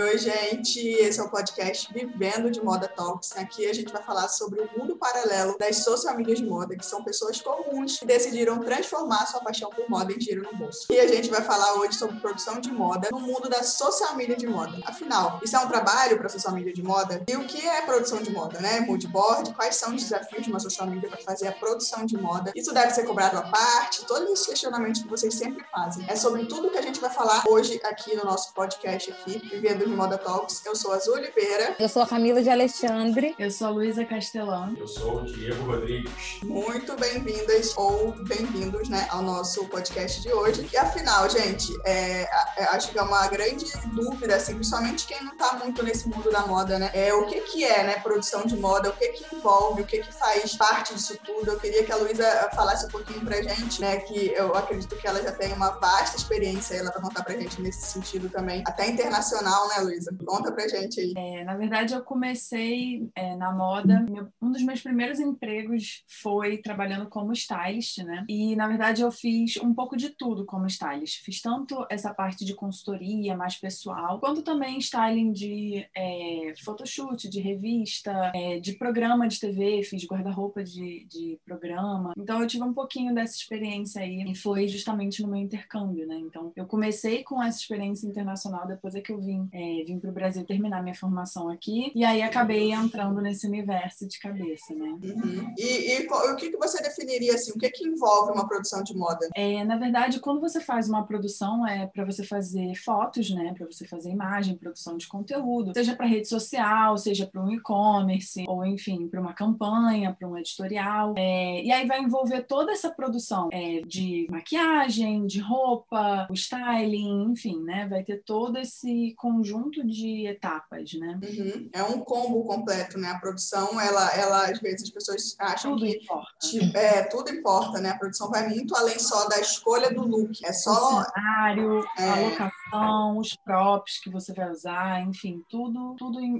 Oi, gente, esse é o podcast Vivendo de Moda Talks. Aqui a gente vai falar sobre o mundo paralelo das social medias de moda, que são pessoas comuns que decidiram transformar sua paixão por moda em dinheiro no bolso. E a gente vai falar hoje sobre produção de moda no mundo da social media de moda. Afinal, isso é um trabalho para social media de moda? E o que é produção de moda, né? Moodboard, quais são os desafios de uma social media para fazer a produção de moda? Isso deve ser cobrado à parte? Todos esses questionamentos que vocês sempre fazem. É sobre tudo que a gente vai falar hoje aqui no nosso podcast aqui, Vivendo de Moda Talks. Eu sou a Azul Oliveira. Eu sou a Camila de Alexandre. Eu sou a Luísa Castelão. Eu sou o Diego Rodrigues. Muito bem-vindas ou bem-vindos, né, ao nosso podcast de hoje. E afinal, gente, acho que é uma grande dúvida, assim, principalmente quem não está muito nesse mundo da moda, né? O que é, né, produção de moda, o que envolve, o que faz parte disso tudo. Eu queria que a Luísa falasse um pouquinho pra gente, né, que eu acredito que ela já tem uma vasta experiência, ela vai contar pra gente nesse sentido também, até internacional, né, Luísa? Conta pra gente aí. Na verdade, eu comecei na moda. Um dos meus primeiros empregos foi trabalhando como stylist, né? E, na verdade, eu fiz um pouco de tudo como stylist. Fiz tanto essa parte de consultoria mais pessoal, quanto também styling de photoshoot, de revista, de programa de TV, fiz guarda-roupa de programa. Então, eu tive um pouquinho dessa experiência aí e foi justamente no meu intercâmbio, né? Então, eu comecei com essa experiência internacional, depois é que eu vim para o Brasil terminar minha formação aqui, e aí acabei entrando nesse universo de cabeça, né? Uhum. E o que você definiria, assim, o que envolve uma produção de moda? Na verdade, quando você faz uma produção, é para você fazer fotos, né? Para você fazer imagem, produção de conteúdo, seja para rede social, seja para um e-commerce, ou enfim, para uma campanha, para um editorial. E aí vai envolver toda essa produção de maquiagem, de roupa, o styling, enfim, né? Vai ter todo esse conjunto de etapas, né? Uhum. É um combo completo, né? A produção, ela às vezes as pessoas acham tudo que importa. Tudo importa, né? A produção vai muito além só da escolha do look. É só o cenário, a locação, os props que você vai usar, enfim, tudo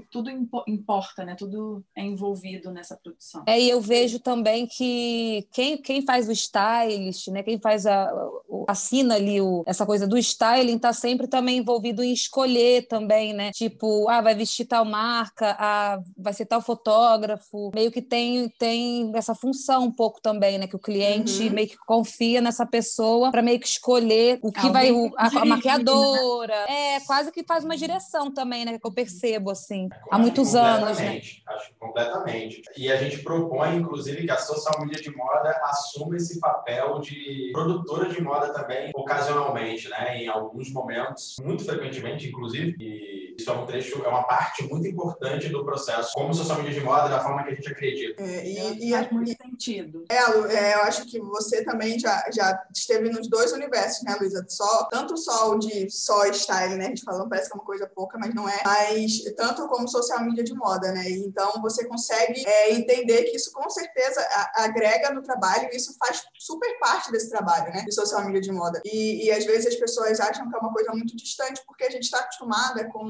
importa, né? Tudo é envolvido nessa produção. E eu vejo também que quem faz o stylist, né? Quem faz assina ali essa coisa do styling, tá sempre também envolvido em escolher também, né? Tipo, vai vestir tal marca, vai ser tal fotógrafo. Meio que tem essa função um pouco também, né? Que o cliente meio que confia nessa pessoa para meio que escolher o que vai... A maquiadora. Né? Quase que faz uma direção também, né? Que eu percebo, assim, há muitos anos, né? Acho completamente. E a gente propõe, inclusive, que a social media de moda assuma esse papel de produtora de moda também, ocasionalmente, né? Em alguns momentos, muito frequentemente, inclusive, e isso é uma parte muito importante do processo, como social media de moda, da forma que a gente acredita. Faz muito sentido. Eu acho que você também já esteve nos dois universos, né, Luísa? Tanto só o de styling, né? A gente falando, parece que é uma coisa pouca, mas não é. Mas tanto como social media de moda, né? E então você consegue entender que isso com certeza agrega no trabalho e isso faz super parte desse trabalho, né? De social media de moda. E às vezes as pessoas acham que é uma coisa muito distante porque a gente está acostumada com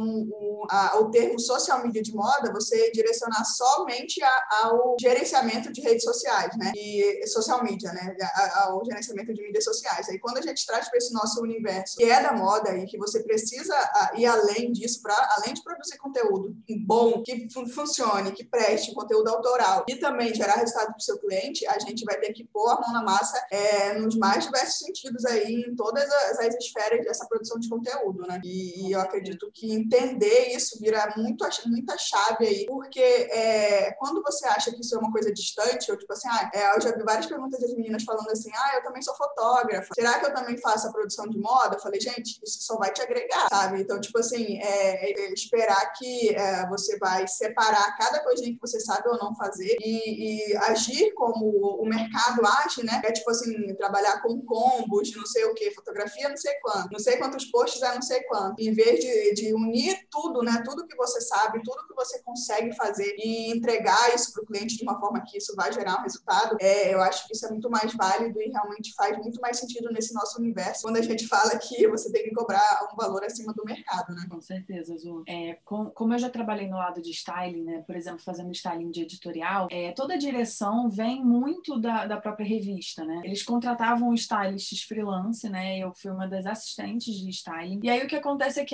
o termo social media de moda, você direcionar somente ao gerenciamento de redes sociais, né? E social media, né? Ao gerenciamento de mídias sociais. Aí quando a gente traz para esse nosso universo que é da moda e que você precisa ir além disso, além de produzir conteúdo bom, que funcione, que preste conteúdo autoral e também gerar resultado para o seu cliente, a gente vai ter que pôr a mão na massa nos mais diversos sentidos aí, em todas as esferas dessa produção de conteúdo, né? E eu acredito que entender isso vira muita chave aí, porque quando você acha que isso é uma coisa distante, ou tipo assim, eu já vi várias perguntas das meninas falando assim, eu também sou fotógrafa, será que eu também faço a produção de moda? Eu falei, gente, isso só vai te agregar, sabe? Então, tipo assim, esperar que você vai separar cada coisinha que você sabe ou não fazer e agir como o mercado age, né? Tipo assim, trabalhar com combos de não sei o que, fotografia não sei quanto, não sei quantos posts não sei quanto, em vez de unir tudo, né? Tudo que você sabe, tudo que você consegue fazer e entregar isso para o cliente de uma forma que isso vai gerar um resultado resultado, eu acho que isso é muito mais válido e realmente faz muito mais sentido nesse nosso universo, quando a gente fala que você tem que cobrar um valor acima do mercado, né? Com certeza, Zu. Como eu já trabalhei no lado de styling, né, por exemplo, fazendo styling de editorial, toda a direção vem muito da própria revista, né? Eles contratavam stylists freelance, né? Eu fui uma das assistentes de styling. E aí o que acontece é que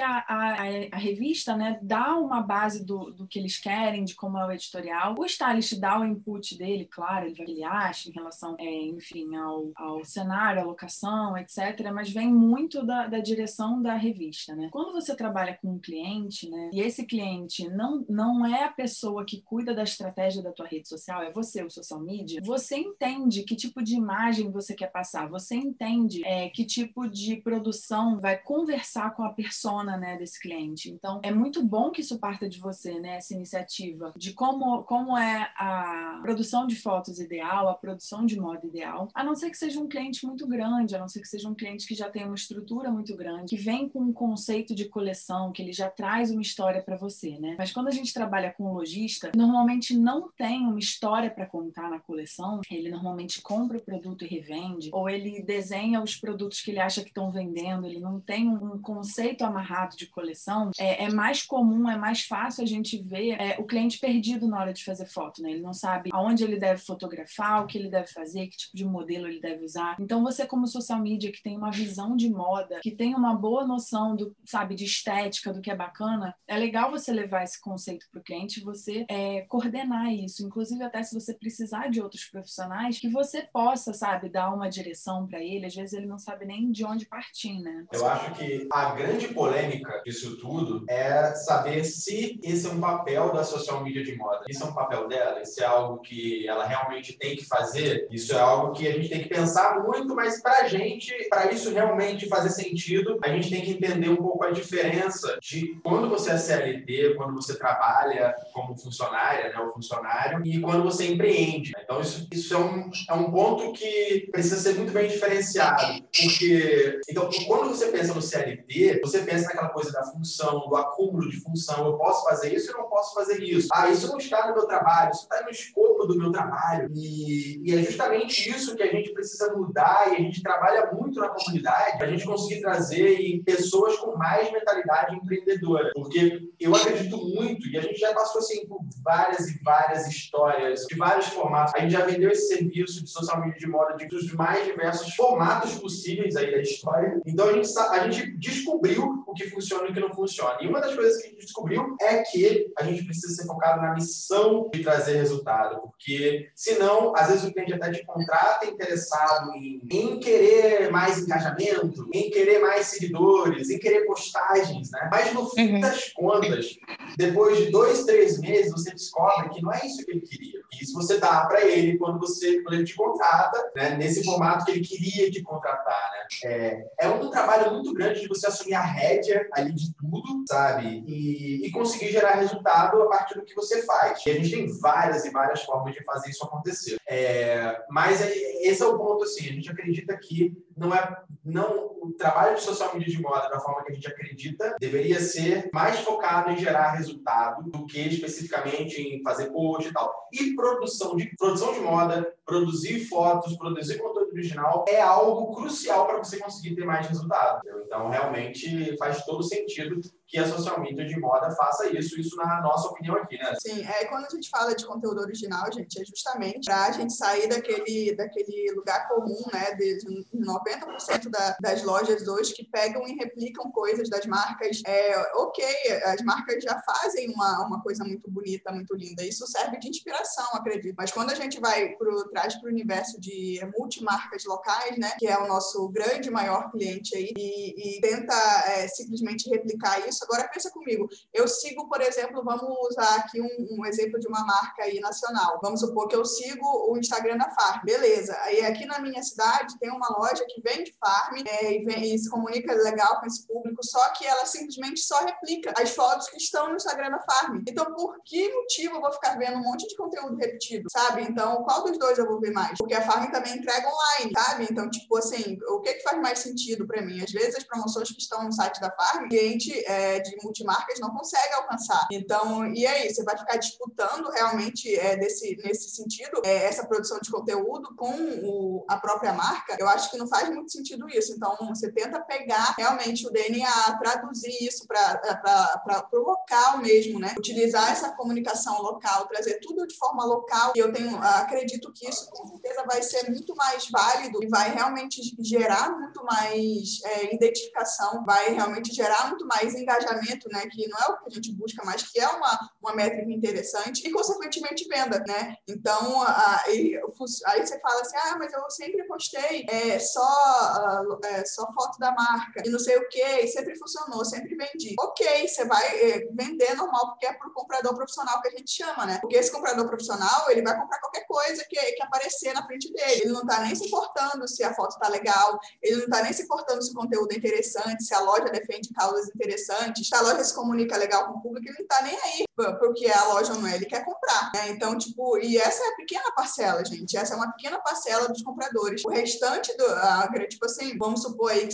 a revista, né, dá uma base do que eles querem, de como é o editorial. O stylist dá o input dele, claro, ele acha em relação, enfim, ao cenário, à locação, etc. Mas vem muito da direção da revista, né? Quando você trabalha com um cliente, né, e esse cliente não é a pessoa que cuida da estratégia da tua rede social, é você, o social media, você entende que tipo de imagem você quer passar, você entende que tipo de produção vai conversar com a persona, né, desse cliente. Então, é muito bom que isso parta de você, né, essa iniciativa de como é a produção de fotos ideal, a produção de moda ideal, a não ser que seja um cliente muito grande, a não ser que seja um cliente que já tem uma estrutura muito grande, que vem com um conceito de coleção, que ele já traz uma história para você, né? Mas quando a gente trabalha com um lojista, normalmente não tem uma história para contar na coleção, ele normalmente compra o produto e revende, ou ele desenha os produtos que ele acha que estão vendendo, ele não tem um conceito amarrado de coleção. É mais comum, é mais fácil a gente ver o cliente perdido na hora de fazer foto, né? Ele não sabe aonde ele deve fotografar, o que ele deve fazer, que tipo de modelo ele deve usar. Então você, como social media, que tem uma visão de moda, que tem uma boa noção de estética, do que é bacana, é legal você levar esse conceito para o cliente, você coordenar isso, inclusive até se você precisar de outros profissionais, que você possa, dar uma direção para ele. Às vezes ele não sabe nem de onde partir, né? Eu acho que a grande polêmica disso tudo é saber se esse é um papel da social media de moda. Isso é um papel dela? Isso é algo que ela realmente tem que fazer? Isso é algo que a gente tem que pensar muito, mas pra gente, para isso realmente fazer sentido, a gente tem que entender um pouco a diferença de quando você é CLT, quando você trabalha como funcionária, né, ou funcionário, e quando você empreende. Então, isso é um ponto que precisa ser muito bem diferenciado, porque então, quando você pensa no CLT, você pensa naquela coisa da função, do acúmulo de função. Eu posso fazer isso e não posso fazer isso. Isso não está no meu trabalho, isso está no escopo do meu trabalho. E é justamente isso que a gente precisa mudar, e a gente trabalha muito na comunidade para a gente conseguir trazer pessoas com mais mentalidade empreendedora. Porque eu acredito muito, e a gente já passou assim, por várias e várias histórias, de vários formatos. A gente já vendeu esse serviço de social media de moda dos mais diversos formatos possíveis aí da história. Então a gente descobriu o que funciona e o que não funciona. E uma das coisas que a gente descobriu é que a gente precisa ser focado na missão de trazer resultado, porque senão, às vezes o cliente até te contrata interessado em querer mais engajamento, em querer mais seguidores, em querer postagens, né? Mas no fim das contas, depois de 2, 3 meses, você descobre que não é isso que ele queria. Isso você dá para ele quando ele te contrata, né? Nesse formato que ele queria te contratar, né? É um trabalho muito grande de você assumir a rédea ali de tudo, sabe? E conseguir gerar resultado a partir do que você faz. E a gente tem várias e várias formas de fazer isso acontecer. Mas esse é o ponto, assim, a gente acredita que o trabalho de social media de moda, da forma que a gente acredita, deveria ser mais focado em gerar resultado do que especificamente em fazer post e tal. E produção de moda, produzir fotos, produzir conteúdo original é algo crucial para você conseguir ter mais resultado. Então, realmente, faz todo sentido que a social media de moda faça isso na nossa opinião aqui, né? Sim, quando a gente fala de conteúdo original, gente, é justamente para a gente sair daquele lugar comum, né, de 90% das lojas hoje que pegam e replicam coisas das marcas. Ok, as marcas já fazem uma coisa muito bonita, muito linda. Isso serve de inspiração, acredito. Mas quando a gente traz para o universo de multimarcas locais, né, que é o nosso grande, maior cliente aí, e tenta simplesmente replicar isso. Agora, pensa comigo, eu sigo, por exemplo, vamos usar aqui um exemplo de uma marca aí nacional. Vamos supor que eu sigo o Instagram da Farm. Beleza. Aí aqui na minha cidade tem uma loja que vende Farm e se comunica legal com esse público, só que ela simplesmente só replica as fotos que estão no Instagram da Farm. Então, por que motivo eu vou ficar vendo um monte de conteúdo repetido, sabe? Então, qual dos dois eu vou ver mais? Porque a Farm também entrega online, sabe? Então, tipo assim, o que faz mais sentido para mim? Às vezes as promoções que estão no site da Farm, o cliente de multimarcas não consegue alcançar. Então, e aí? Você vai ficar disputando realmente nesse sentido essa produção de conteúdo com a própria marca? Eu acho que não faz muito sentido isso. Então, você tenta pegar realmente o DNA, traduzir isso para o local mesmo, né? Utilizar essa comunicação local, trazer tudo de forma local. E eu acredito que isso, com certeza, vai ser muito mais válido e vai realmente gerar muito mais identificação, vai realmente gerar muito mais engajamento, né? Que não é o que a gente busca, mas que é uma métrica interessante e, consequentemente, venda, né? Então, aí você fala assim, mas eu sempre postei só foto da marca e não sei o quê, e sempre funcionou, sempre vendi. Ok, você vai vender normal, porque é para o comprador profissional que a gente chama, né? Porque esse comprador profissional, ele vai comprar qualquer coisa que aparecer na frente dele. Ele não está nem se importando se a foto está legal, ele não está nem se importando se o conteúdo é interessante, se a loja defende causas interessantes, se a loja se comunica legal com o público, ele não está nem aí para o que é a loja ou não é, ele quer comprar, né? Então, tipo, e essa é a pequena parcela, gente, essa é uma pequena parcela dos compradores. O restante tipo assim, vamos supor aí que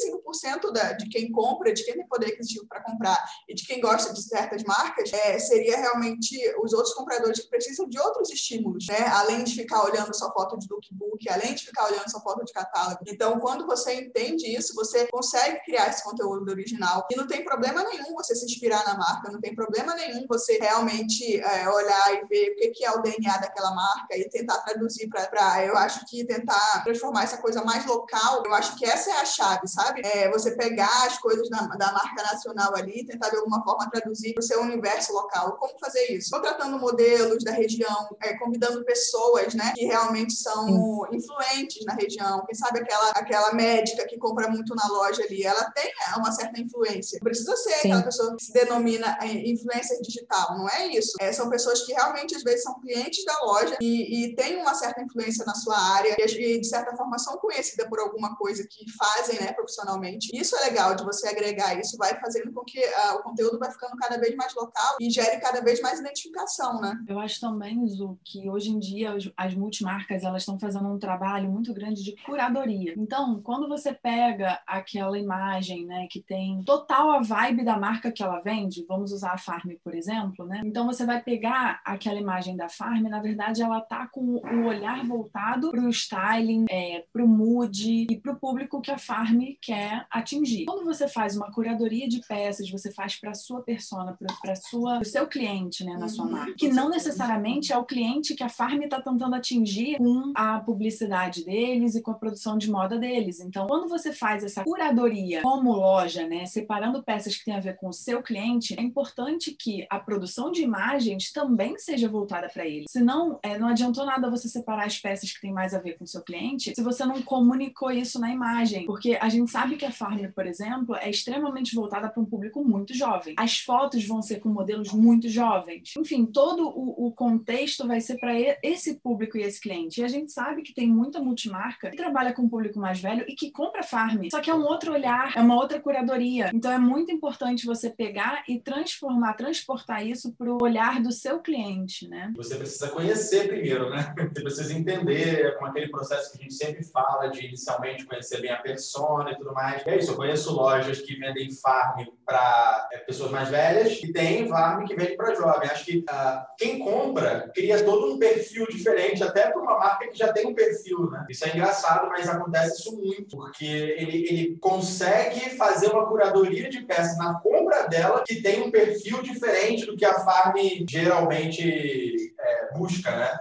75% de quem compra, de quem tem poder aquisitivo para comprar e de quem gosta de certas marcas, seria realmente os outros compradores que precisam de outros estímulos, né? Além de ficar olhando sua foto de lookbook, além de ficar olhando sua foto de catálogo. Então, quando você entende isso, você consegue criar esse conteúdo original e não tem problema nenhum você se inspirar na marca, não tem problema nenhum você realmente olhar e ver o que é o DNA daquela marca e tentar traduzir para eu acho que tentar transformar essa coisa mais local, eu acho que essa é a chave, sabe? Você pegar as coisas da marca nacional ali e tentar de alguma forma traduzir para o seu universo local. Como fazer isso? Contratando modelos da região, convidando pessoas, né, que realmente são influentes na região. Quem sabe aquela médica que compra muito na loja ali, ela tem uma certa influência. Não precisa ser aquela pessoa que se denomina influencer digital, não é isso. São pessoas que realmente, às vezes, são clientes da loja e têm uma certa influência na sua área e, de certa forma, são conhecidas por alguma coisa que fazem, né, profissionalmente. Isso é legal de você agregar, isso vai fazendo com que o conteúdo vai ficando cada vez mais local e gere cada vez mais identificação, né? Eu acho também, Zu, que hoje em dia as multimarcas, elas estão fazendo um trabalho muito grande de curadoria. Então, quando você pega aquela imagem, né, que tem total a vibe da marca que ela vende, vamos usar a Farm, por exemplo, né? Então, você vai pegar aquela imagem da Farm, na verdade, ela tá com o olhar voltado para o styling, para o mood e para o público que a Farm quer atingir. Quando você faz uma curadoria de peças, você faz para a sua persona, para o seu cliente, né, na sua marca, que não necessariamente é o cliente que a Farm está tentando atingir com a publicidade deles e com a produção de moda deles. Então, quando você faz essa curadoria como loja, né, separando peças que têm a ver com o seu cliente, é importante que a produção de imagens também seja voltada para ele. Senão, não adiantou nada você separar as peças que têm mais a ver com o seu cliente se você não comunicou isso na imagem. Porque a gente sabe que a Farm, por exemplo, é extremamente voltada para um público muito jovem. As fotos vão ser com modelos muito jovens. Enfim, todo o contexto vai ser para esse público e esse cliente. E a gente sabe que tem muita multimarca que trabalha com um público mais velho e que compra Farm. Só que é um outro olhar, é uma outra curadoria. Então é muito importante você pegar e transportar isso para o olhar do seu cliente, né? Você precisa conhecer primeiro, né? Você precisa entender como aquele processo que a gente sempre fala de inicialmente conhecer bem a persona e tudo mais. É isso, eu conheço lojas que vendem Farm para pessoas mais velhas e tem Farm que vende para jovem. Acho que quem compra cria todo um perfil diferente, até para uma marca que já tem um perfil, né? Isso é engraçado, mas acontece isso muito, porque ele consegue fazer uma curadoria de peças na compra dela que tem um perfil diferente do que a Farm geralmente busca, né?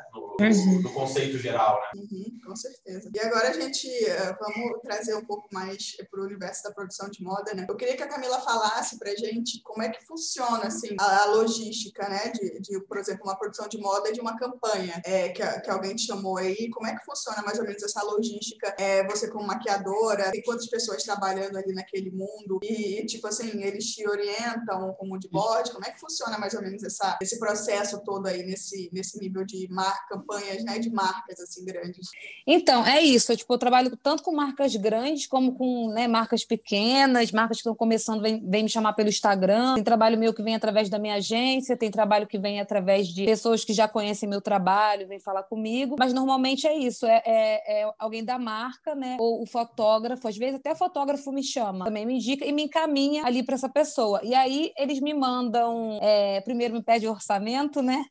No conceito geral, né? Com certeza. E agora a gente vamos trazer um pouco mais para o universo da produção de moda, né? Eu queria que a Camila falasse para a gente como é que funciona assim, a logística, né? De, por exemplo, uma produção de moda de uma campanha que alguém te chamou aí. Como é que funciona mais ou menos essa logística? Você como maquiadora, tem quantas pessoas trabalhando ali naquele mundo? E tipo assim, eles te orientam como de board? Como é que funciona mais ou menos esse processo todo aí nesse nível de campanhas, né, de marcas assim grandes? Então, é isso. Eu trabalho tanto com marcas grandes como com, né, marcas pequenas, marcas que estão começando, vem me chamar pelo Instagram. Tem trabalho meu que vem através da minha agência, tem trabalho que vem através de pessoas que já conhecem meu trabalho, vem falar comigo. Mas normalmente é isso, é alguém da marca, né? Ou o fotógrafo, às vezes até o fotógrafo me chama, também me indica e me encaminha ali para essa pessoa. E aí eles me mandam, primeiro me pede orçamento, né?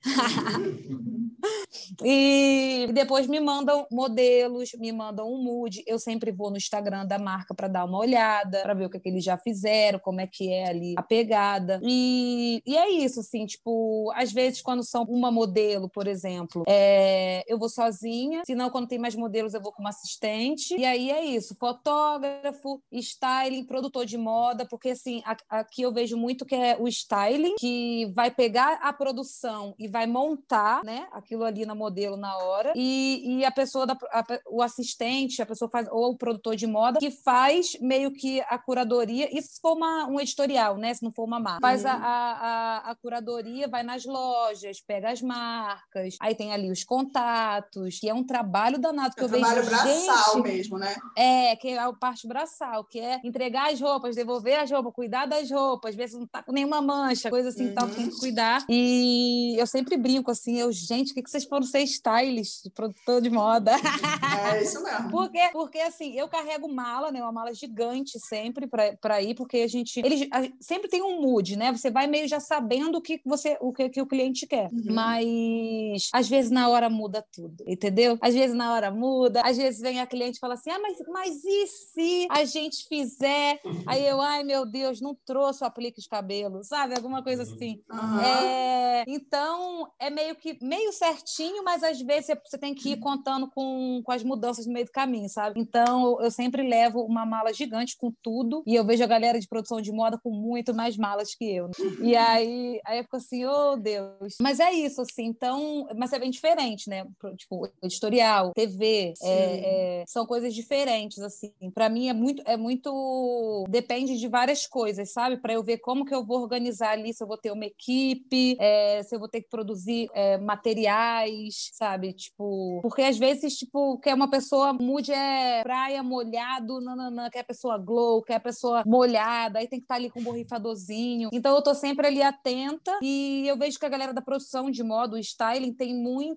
E depois me mandam modelos, me mandam um mood. Eu sempre vou no Instagram da marca para dar uma olhada, para ver o que eles já fizeram, como é que é ali a pegada. E é isso, assim, às vezes quando são uma modelo, por exemplo, eu vou sozinha, se não, quando tem mais modelos, eu vou com uma assistente. E aí é isso, fotógrafo, styling, produtor de moda, porque assim, aqui eu vejo muito que é o styling, que vai pegar a produção e vai montar, né, aquilo ali na modelo na hora, e a pessoa, o assistente, a pessoa faz, ou o produtor de moda, que faz meio que a curadoria, isso se for um editorial, né? Se não for uma marca. Faz a curadoria, vai nas lojas, pega as marcas, aí tem ali os contatos, que é um trabalho danado que eu vejo. Trabalho braçal mesmo, né? Que é a parte braçal, que é entregar as roupas, devolver as roupas, cuidar das roupas, ver se não tá com nenhuma mancha, coisa assim, tal, que tem que cuidar. E eu sempre brinco assim, gente, o que vocês foram ser stylist, produtor de moda? É isso mesmo. Porque assim, eu carrego mala, né? Uma mala gigante sempre para ir, porque eles sempre tem um mood, né? Você vai meio já sabendo o que o cliente quer. Mas às vezes na hora muda tudo, entendeu? Às vezes na hora muda, às vezes vem a cliente e fala assim: mas e se a gente fizer? Aí eu, ai meu Deus, não trouxe o aplique de cabelo, sabe? Alguma coisa assim. Então, é meio certinho, mas às vezes você tem que ir contando com as mudanças no meio do caminho, sabe? Então, eu sempre levo uma mala gigante com tudo, e eu vejo a galera de produção de moda com muito mais malas que eu. E aí eu fico assim, oh Deus. Mas é isso, assim, então, mas é bem diferente, né? Editorial, TV, são coisas diferentes, assim. Para mim é muito depende de várias coisas, sabe? Para eu ver como que eu vou organizar ali, se eu vou ter uma equipe, se eu vou ter que produzir materiais, sabe? Porque às vezes, quer uma pessoa mude praia, molhado, nananã, quer a pessoa glow, quer a pessoa molhada, aí tem que estar ali com um borrifadorzinho. Então eu tô sempre ali atenta e eu vejo que a galera da produção de moda, o styling, tem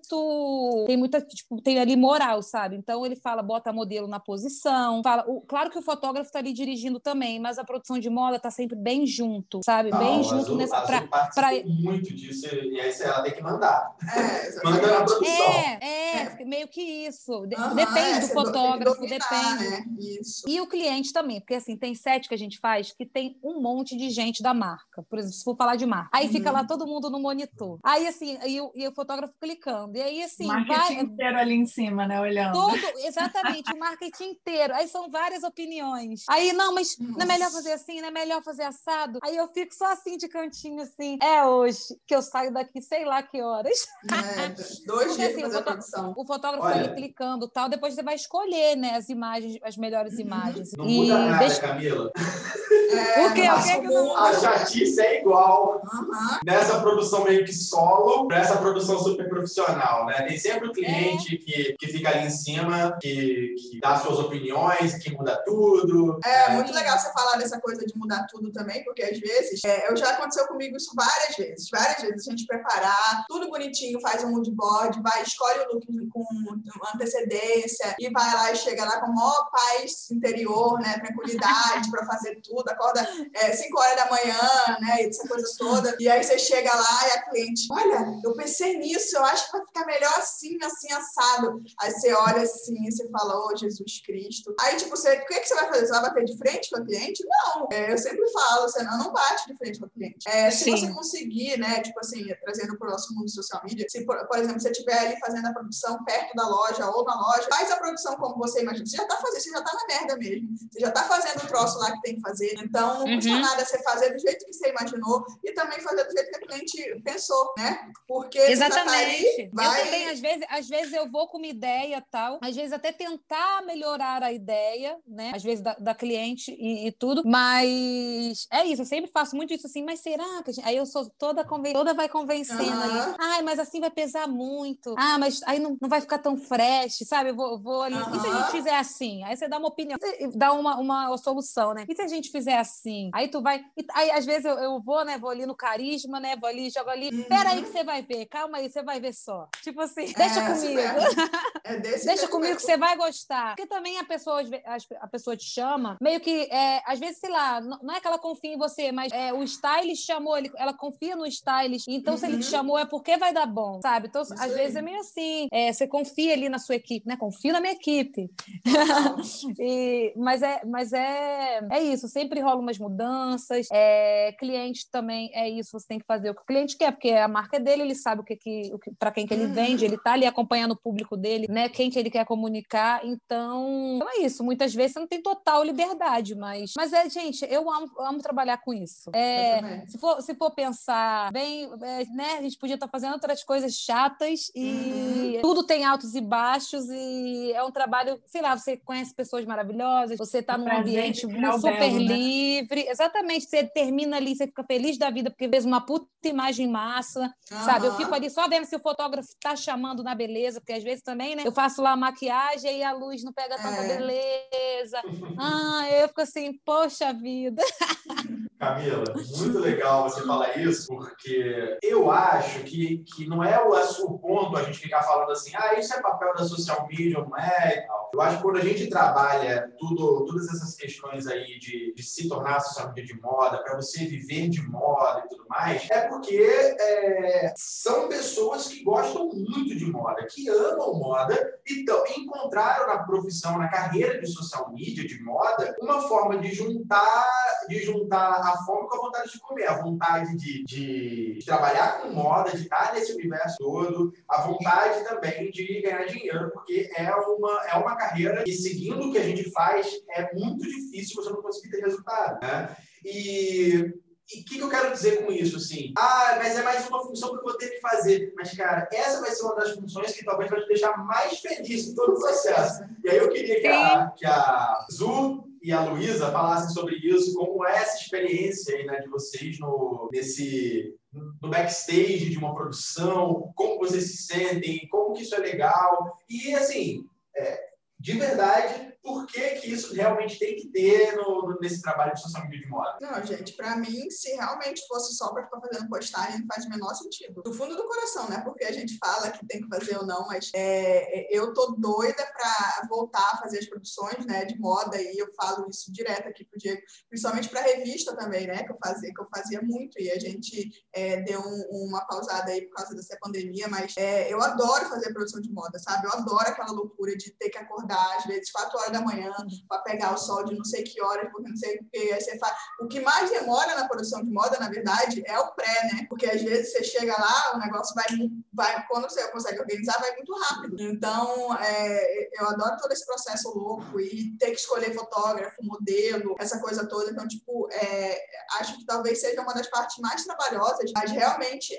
muita, tem ali moral, sabe? Então ele fala, bota a modelo na posição, claro que o fotógrafo tá ali dirigindo também, mas a produção de moda tá sempre bem junto, sabe? Não, bem junto nessa participa muito disso, e aí ela tem que mandar. Manda na produção. Meio que isso. Depende do fotógrafo, depende. Né? Isso. E o cliente também, porque assim, tem set que a gente faz que tem um monte de gente da marca. Por exemplo, se for falar de marca. Aí fica lá todo mundo no monitor. Aí assim, e o fotógrafo clicando. E aí assim, marketing inteiro ali em cima, né, olhando. Exatamente, o marketing inteiro. Aí são várias opiniões. Aí, não, mas não é melhor fazer assim, não é melhor fazer assado. Aí eu fico só assim de cantinho, assim. É hoje que eu saio daqui, sei lá que horas. 2 dias assim, fazer produção. O fotógrafo tá ali clicando e tal, depois você vai escolher, né, as imagens, as melhores imagens. Não muda nada, Camila. O quê? O que não muda? A chatice é igual nessa produção meio que solo pra essa produção super profissional, né? Tem sempre o cliente que fica ali em cima, que dá suas opiniões, que muda tudo. Muito legal você falar dessa coisa de mudar tudo também, porque às vezes, já aconteceu comigo isso várias vezes a gente preparar, tudo bonitinho, faz um mood board, escolhe o look com antecedência e vai lá e chega lá com a maior paz interior, né, tranquilidade para fazer tudo, acorda 5 horas da manhã, né, essa coisa toda, e aí você chega lá e a cliente, olha, eu pensei nisso, eu acho que vai ficar melhor assim, assim, assado. Aí você olha assim, você fala, oh, Jesus Cristo. Aí, o que você vai fazer? Você vai bater de frente com a cliente? Não, eu sempre falo, você não bate de frente com a cliente. Se você conseguir, né, trazendo para o nosso mundo social media, se, por exemplo, você estiver ali fazendo a produção perto da loja ou na loja, faz a produção como você imagina. Você já tá na merda mesmo. Você já tá fazendo o troço lá que tem que fazer. Então, não custa nada você fazer do jeito que você imaginou e também fazer do jeito que a cliente pensou, né? Porque exatamente. Vai... Eu também, às vezes eu vou com uma ideia tal, às vezes até tentar melhorar a ideia, né? Às vezes da cliente e tudo, mas é isso, eu sempre faço muito isso assim, mas será que... Aí eu sou toda vai convencendo ali. Ai, mas assim vai pesar muito. Ah, mas aí não vai ficar tão fresh, sabe? Eu vou ali. E se a gente fizer assim? Aí você dá uma opinião, dá uma solução, né? E se a gente fizer assim? Aí tu vai... Aí às vezes eu vou, né? Vou ali no carisma, né? Vou ali, jogo ali. Pera aí que você vai ver. Calma aí, você vai ver só. Tipo assim, deixa comigo. Deixa comigo que você vai gostar. Porque também a pessoa te chama, meio que, às vezes, sei lá, não é que ela confia em você, mas o stylist chamou, ela confia no stylist, então se ele te chamou é porque vai dar bom, sabe? Então, Isso às aí. vezes é meio assim, você confia ali na sua equipe, né? Confio na minha equipe. Mas é isso, sempre rola umas mudanças, cliente também é isso, você tem que fazer o que o cliente quer, porque a marca é dele, ele sabe para quem que ele vende, ele tá ali acompanhando o público dele, né? Quem que ele quer comunicar, então é isso, muitas vezes você não tem total liberdade, mas gente, eu amo trabalhar com isso. Se for pensar bem, né? A gente podia estar fazendo outras coisas chatas e tudo tem altos e baixos e é um trabalho, sei lá, você conhece pessoas maravilhosas, você está num ambiente super livre, exatamente, você termina ali, você fica feliz da vida porque fez uma puta imagem massa, sabe? Eu fico ali só vendo se o fotógrafo tá chamando na beleza, porque às vezes também, né? Eu faço lá a maquiagem e a luz não pega tanta beleza. Eu fico assim, poxa vida. Camila, muito legal você falar isso, porque eu acho que não é o ponto a gente ficar falando assim, isso é papel da social media, não é e tal. Eu acho que quando a gente trabalha todas essas questões aí de se tornar social media de moda, para você viver de moda e tudo mais, é porque são pessoas que gostam muito de moda, que amam moda e encontraram na profissão, na carreira de social media, de moda, uma forma de juntar a fome com a vontade de comer, a vontade de trabalhar com moda, de estar nesse universo todo, a vontade também de ganhar dinheiro, porque é uma carreira que, seguindo o que a gente faz, é muito difícil você não conseguir ter resultado, né? E o que eu quero dizer com isso, assim? Mas é mais uma função que eu vou ter que fazer. Mas, cara, essa vai ser uma das funções que talvez vai te deixar mais feliz em todo o processo. E aí eu queria que a Zu e a Luísa falassem sobre isso, como é essa experiência aí, né, de vocês no backstage de uma produção, como vocês se sentem, como que isso é legal. E, assim, de verdade, por que isso realmente tem que ter nesse trabalho de social media de moda? Não, gente, pra mim, se realmente fosse só pra ficar fazendo postagem, não faz o menor sentido. Do fundo do coração, né? Porque a gente fala que tem que fazer ou não, mas eu tô doida pra voltar a fazer as produções, né, de moda, e eu falo isso direto aqui pro Diego, principalmente pra revista também, né, que eu fazia muito, e a gente deu uma pausada aí por causa dessa pandemia, mas eu adoro fazer produção de moda, sabe? Eu adoro aquela loucura de ter que acordar, às vezes, 4 horas da manhã, para pegar o sol de não sei que horas, porque não sei o que. Aí você faz. O que mais demora na produção de moda, na verdade, é o pré, né? Porque às vezes você chega lá, o negócio vai quando você consegue organizar, vai muito rápido. Então, eu adoro todo esse processo louco e ter que escolher fotógrafo, modelo, essa coisa toda. Então, tipo, acho que talvez seja uma das partes mais trabalhosas, mas realmente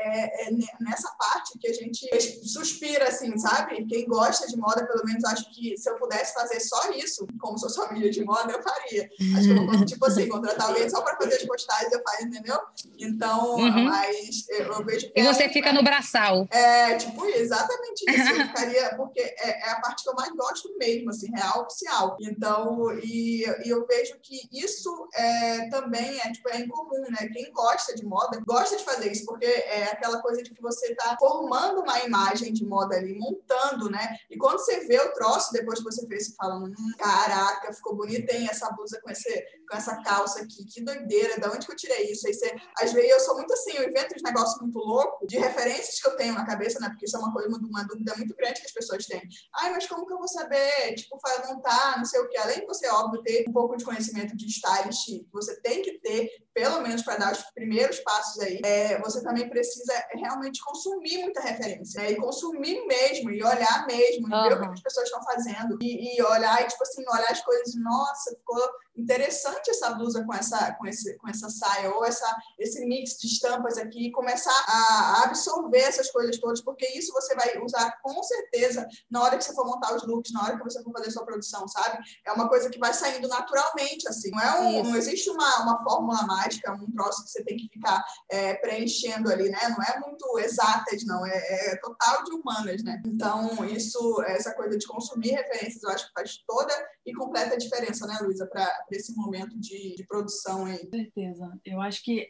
é nessa parte que a gente suspira, assim, sabe? Quem gosta de moda, pelo menos, acho que se eu pudesse fazer só isso, como social media de moda, eu faria. Acho que eu vou, tipo assim, contratar alguém só para fazer as postagens, eu faço, entendeu? Então, mas eu vejo que... E você fica no braçal. Tipo, exatamente isso. Eu ficaria, porque é a parte que eu mais gosto mesmo, assim, real, oficial. Então, e eu vejo que isso também é incomum, né? Quem gosta de moda, gosta de fazer isso, porque é aquela coisa de que você está formando uma imagem de moda ali, montando, né? E quando você vê o troço, depois que você fez, você fala, caraca, ficou bonita, hein? Essa blusa com essa calça aqui, que doideira, de onde que eu tirei isso? Aí às vezes eu sou muito assim, eu invento uns negócios muito loucos, de referências que eu tenho na cabeça, né? Porque isso é uma dúvida muito grande que as pessoas têm. Mas como que eu vou saber, tipo, montar, não sei o quê? Além de você, óbvio, ter um pouco de conhecimento de stylist, que você tem que ter, pelo menos para dar os primeiros passos aí, você também precisa realmente consumir muita referência, né? E consumir mesmo, e olhar mesmo, e ver o que as pessoas estão fazendo, e olhar, e tipo assim, olhar as coisas, nossa, ficou interessante interessante essa blusa com essa saia, ou esse mix de estampas aqui, e começar a absorver essas coisas todas, porque isso você vai usar com certeza na hora que você for montar os looks, na hora que você for fazer sua produção, sabe? É uma coisa que vai saindo naturalmente, assim. Não existe uma fórmula mágica, um troço que você tem que ficar preenchendo ali, né? Não é muito exatas, não. É total de humanas, né? Então, essa coisa de consumir referências, eu acho que faz toda e completa diferença, né, Luísa, para esse momento de produção aí. Com certeza. Eu acho que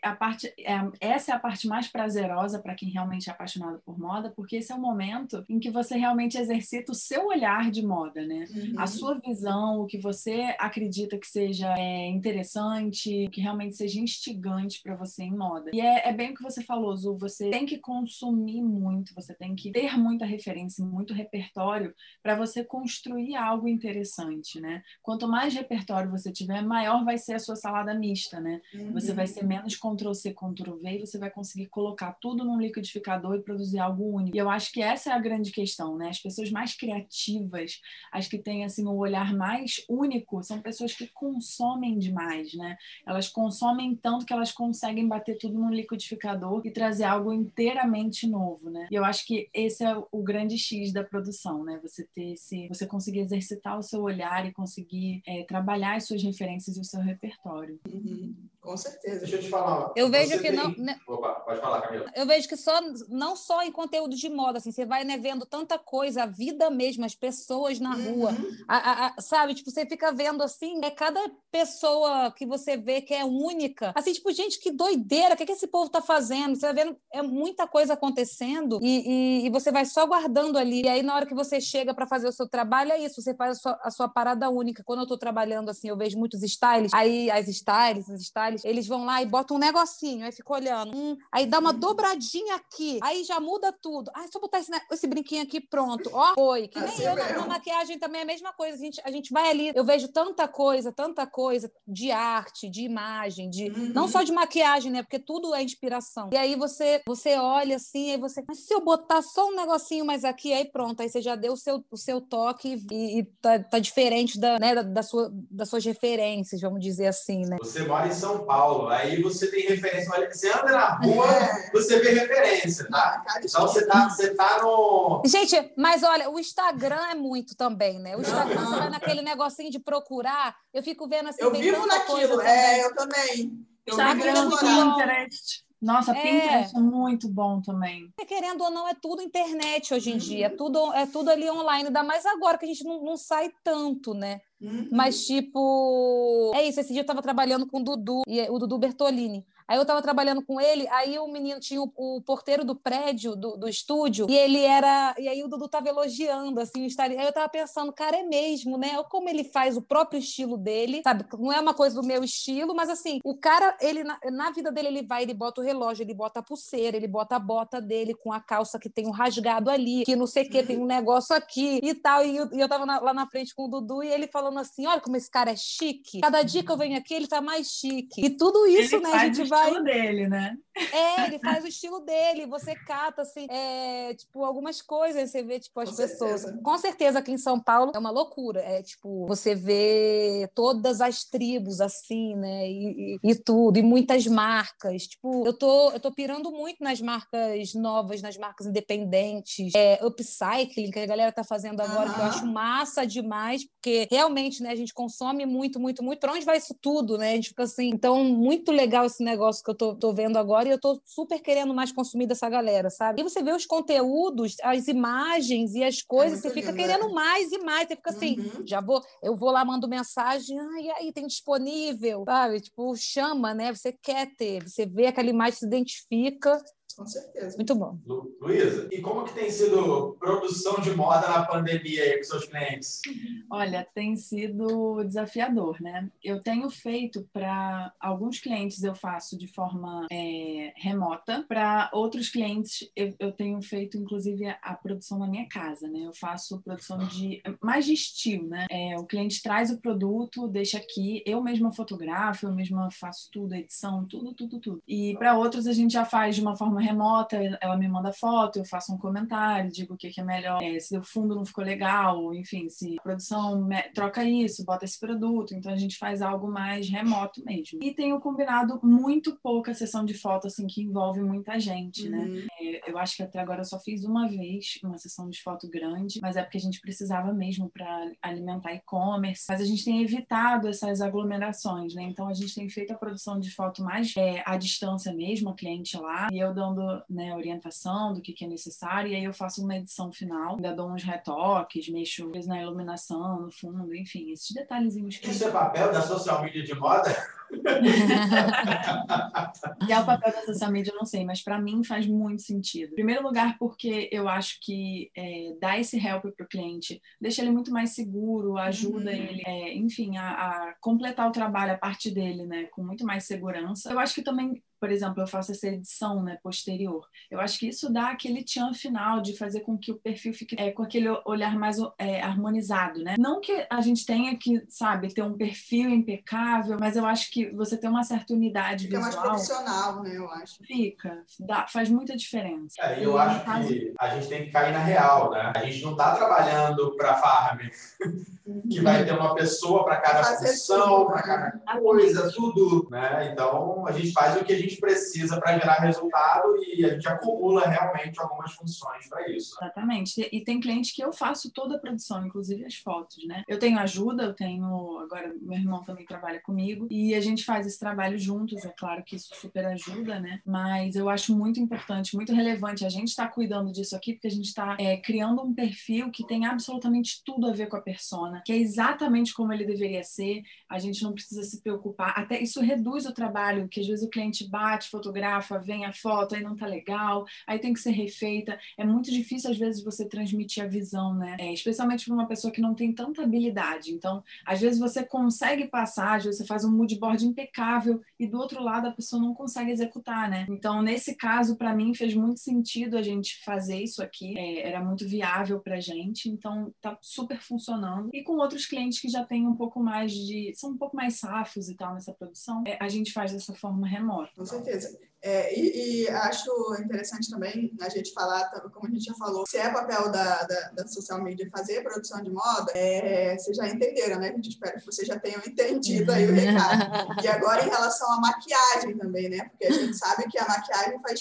essa é a parte mais prazerosa para quem realmente é apaixonado por moda, porque esse é o momento em que você realmente exercita o seu olhar de moda, né? A sua visão, o que você acredita que seja interessante, que realmente seja instigante para você em moda. E é bem o que você falou, Zu, você tem que consumir muito, você tem que ter muita referência, muito repertório para você construir algo interessante, né? Quanto mais repertório você tiver, maior vai ser a sua salada mista, né? Você vai ser menos Ctrl-C, Ctrl-V e você vai conseguir colocar tudo num liquidificador e produzir algo único. E eu acho que essa é a grande questão, né? As pessoas mais criativas, as que têm, assim, um olhar mais único, são pessoas que consomem demais, né? Elas consomem tanto que elas conseguem bater tudo num liquidificador e trazer algo inteiramente novo, né? E eu acho que esse é o grande X da produção, né? Você conseguir exercitar o seu olhar e conseguir trabalhar as suas referências e o seu repertório. Com certeza. Deixa eu te falar. Eu vejo que Opa, pode falar, Camila. Eu vejo que não só em conteúdo de moda, assim, você vai, né, vendo tanta coisa, a vida mesmo, as pessoas na rua, sabe? Tipo, você fica vendo assim, cada pessoa que você vê que é única. Assim, tipo, gente, que doideira, o que esse povo tá fazendo? Você vai vendo muita coisa acontecendo e você vai só guardando ali. E aí, na hora que você chega para fazer o seu trabalho, é isso, você faz a sua parada única. Quando eu tô trabalhando, assim, eu vejo muitos styles, aí as styles, eles vão lá e botam um negocinho, aí fica olhando, aí dá uma dobradinha aqui, aí já muda tudo. Só botar esse brinquinho aqui, pronto. Ó, foi. Que nem assim eu na maquiagem também é a mesma coisa. A gente vai ali, eu vejo tanta coisa de arte, de imagem, não só de maquiagem, né? Porque tudo é inspiração. E aí você olha assim, aí mas se eu botar só um negocinho mais aqui, aí pronto, aí você já deu o seu toque e tá diferente das suas referências, vamos dizer assim, né? Você mora em São Paulo, aí você tem referência, olha, você anda na rua, você vê referência, tá? Então você tá no... Gente, mas olha, o Instagram é muito também, né? O Instagram, você vai naquele negocinho de procurar, eu fico vendo assim, eu vivo naquilo, eu também. Instagram, Pinterest. Nossa, Pinterest é muito bom também. Querendo ou não, é tudo internet hoje em dia, é tudo ali online, ainda mais agora que a gente não sai tanto, né? Mas, tipo, é isso. Esse dia eu tava trabalhando com o Dudu Bertolini. Aí eu tava trabalhando com ele, aí o menino tinha o porteiro do prédio, do estúdio, e aí o Dudu tava elogiando, assim, o Instagram. Aí eu tava pensando, cara, é mesmo, né? Olha como ele faz o próprio estilo dele, sabe? Não é uma coisa do meu estilo, mas assim, o cara, ele, na vida dele, ele bota o relógio, ele bota a pulseira, ele bota a bota dele com a calça que tem um rasgado ali, que não sei o que, tem um negócio aqui e tal. E eu tava lá na frente com o Dudu e ele falando assim, olha como esse cara é chique. Cada dia que eu venho aqui, ele tá mais chique. E tudo isso, ele né, faz a gente o estilo dele, né? Ele faz o estilo dele, você cata, assim, tipo, algumas coisas, você vê, tipo, as pessoas. Certeza. Com certeza aqui em São Paulo é uma loucura, tipo, você vê todas as tribos, assim, né, e tudo, e muitas marcas, tipo, eu tô pirando muito nas marcas novas, nas marcas independentes, upcycling, que a galera tá fazendo agora, que eu acho massa demais, porque realmente, né, a gente consome muito, muito, muito, pra onde vai isso tudo, né, a gente fica assim, então, muito legal esse negócio que eu tô vendo agora, e eu tô super querendo mais consumir dessa galera, sabe? E você vê os conteúdos, as imagens e as coisas, você fica querendo mais e mais, você fica assim, eu vou lá, mando mensagem, e aí, tem disponível, sabe? Tipo, chama, né? Você quer ter, você vê aquela imagem, se identifica. Com certeza. Muito bom. Luísa, e como que tem sido produção de moda na pandemia aí com seus clientes? Olha, tem sido desafiador, né? Eu tenho feito para alguns clientes, eu faço de forma remota. Para outros clientes, eu tenho feito, inclusive, a produção na minha casa, né? Eu faço produção mais de estilo, né? O cliente traz o produto, deixa aqui, eu mesma fotografo, eu mesma faço tudo, edição, tudo. E para outros, a gente já faz de uma forma forma remota, ela me manda foto, eu faço um comentário, digo o que é melhor, se o fundo não ficou legal, enfim, se a produção troca isso, bota esse produto, então a gente faz algo mais remoto mesmo. E tenho combinado muito pouca sessão de foto, assim, que envolve muita gente, né? Eu acho que até agora eu só fiz uma vez uma sessão de foto grande, mas é porque a gente precisava mesmo para alimentar e-commerce, mas a gente tem evitado essas aglomerações, né? Então a gente tem feito a produção de foto mais à distância mesmo, a cliente lá, e eu dando, né, orientação do que é necessário, e aí eu faço uma edição final, ainda dou uns retoques, mexo na iluminação, no fundo, enfim, esses detalhezinhos que... Isso é papel da social media de moda? E é o papel da social media, eu não sei, mas para mim faz muito sentido. Em primeiro lugar, porque eu acho que dar esse help para o cliente deixa ele muito mais seguro, ajuda ele, enfim, a completar o trabalho, a parte dele, né, com muito mais segurança. Eu acho que também, por exemplo, eu faço essa edição, né, posterior. Eu acho que isso dá aquele tchan final de fazer com que o perfil fique com aquele olhar mais harmonizado, né? Não que a gente tenha que, sabe, ter um perfil impecável, mas eu acho que você ter uma certa unidade visual... Fica mais profissional, né, eu acho. Faz muita diferença. E eu acho que a gente tem que cair na real, né? A gente não está trabalhando para a Farm, que vai ter uma pessoa para cada função, para cada coisa, tudo, né? Então, a gente faz o que a gente precisa para gerar resultado e a gente acumula realmente algumas funções para isso. Exatamente. E tem cliente que eu faço toda a produção, inclusive as fotos, né? Eu tenho ajuda, agora meu irmão também trabalha comigo e a gente faz esse trabalho juntos, é claro que isso super ajuda, né? Mas eu acho muito importante, muito relevante a gente estar cuidando disso aqui, porque a gente está criando um perfil que tem absolutamente tudo a ver com a persona, que é exatamente como ele deveria ser, a gente não precisa se preocupar, até isso reduz o trabalho, que às vezes o cliente bate, fotografa, vem a foto, aí não tá legal, aí tem que ser refeita, é muito difícil às vezes você transmitir a visão, né? Especialmente para uma pessoa que não tem tanta habilidade, então às vezes você consegue passar, às vezes você faz um mood board impecável e do outro lado a pessoa não consegue executar, né? Então nesse caso para mim fez muito sentido a gente fazer isso aqui, era muito viável pra gente, então tá super funcionando. E com outros clientes que já têm um pouco mais são um pouco mais safos e tal nessa produção, a gente faz dessa forma remota. Com certeza. E acho interessante também a gente falar, como a gente já falou, se é papel da social media fazer produção de moda, vocês já entenderam, né? A gente espera que vocês já tenham entendido aí o recado. E agora em relação à maquiagem também, né? Porque a gente sabe que a maquiagem faz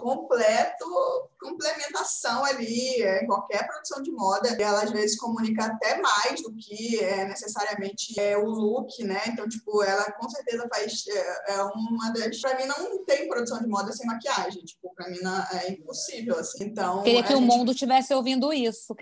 complementação ali, qualquer produção de moda, ela às vezes comunica até mais do que necessariamente o look, né? Então, tipo, ela com certeza faz uma das... Pra mim não tem produção de moda sem maquiagem, tipo, pra mim é impossível, assim, então... Queria que o mundo estivesse ouvindo isso,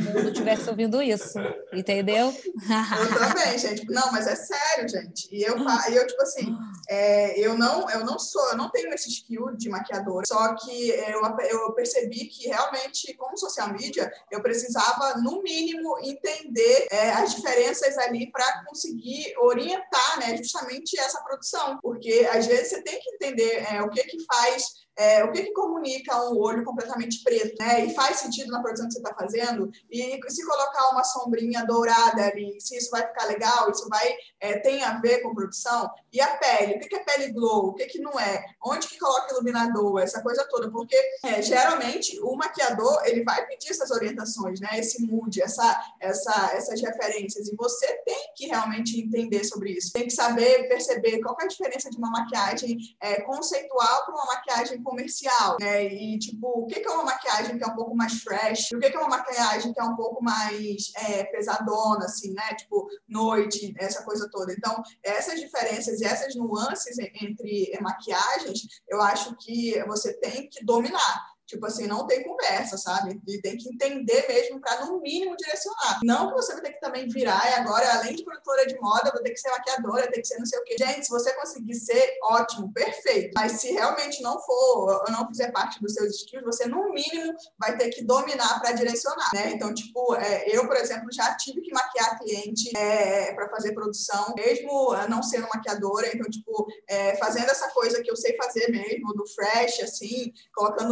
entendeu? Eu também, gente, não, mas é sério, gente, e eu tipo assim, eu não tenho esse skill de maquiadora, só que eu percebi que realmente, como social media, eu precisava, no mínimo, entender as diferenças ali para conseguir orientar, né, justamente essa produção, porque às vezes você tem que entender o que faz, o que comunica um olho completamente preto, né? E faz sentido na produção que você está fazendo, e se colocar uma sombrinha dourada ali, se isso vai ficar legal, isso tem a ver com produção. E a pele, o que é pele glow, o que não é, onde que coloca iluminador, essa coisa toda, porque geralmente o maquiador ele vai pedir essas orientações, né? Esse mood, essas referências, e você tem que realmente entender sobre isso, tem que saber perceber qual é a diferença de uma maquiagem conceitual para uma maquiagem comercial, né? E tipo, o que é uma maquiagem que é um pouco mais fresh, o que é uma maquiagem que é um pouco mais pesadona, assim, né? Tipo, noite, essa coisa toda. Então, essas diferenças e essas nuances entre maquiagens, eu acho que você tem que dominar. Tipo assim, não tem conversa, sabe? E tem que entender mesmo para, no mínimo, direcionar. Não que você vai ter que também virar e agora, além de produtora de moda, vou ter que ser maquiadora, ter que ser não sei o quê. Gente, se você conseguir ser, ótimo, perfeito. Mas se realmente não for, ou não fizer parte dos seus skills, você, no mínimo, vai ter que dominar para direcionar, né? Então, tipo, eu, por exemplo, já tive que maquiar cliente para fazer produção, mesmo não sendo maquiadora. Então, tipo, fazendo essa coisa que eu sei fazer mesmo, do fresh, assim, colocando um blush,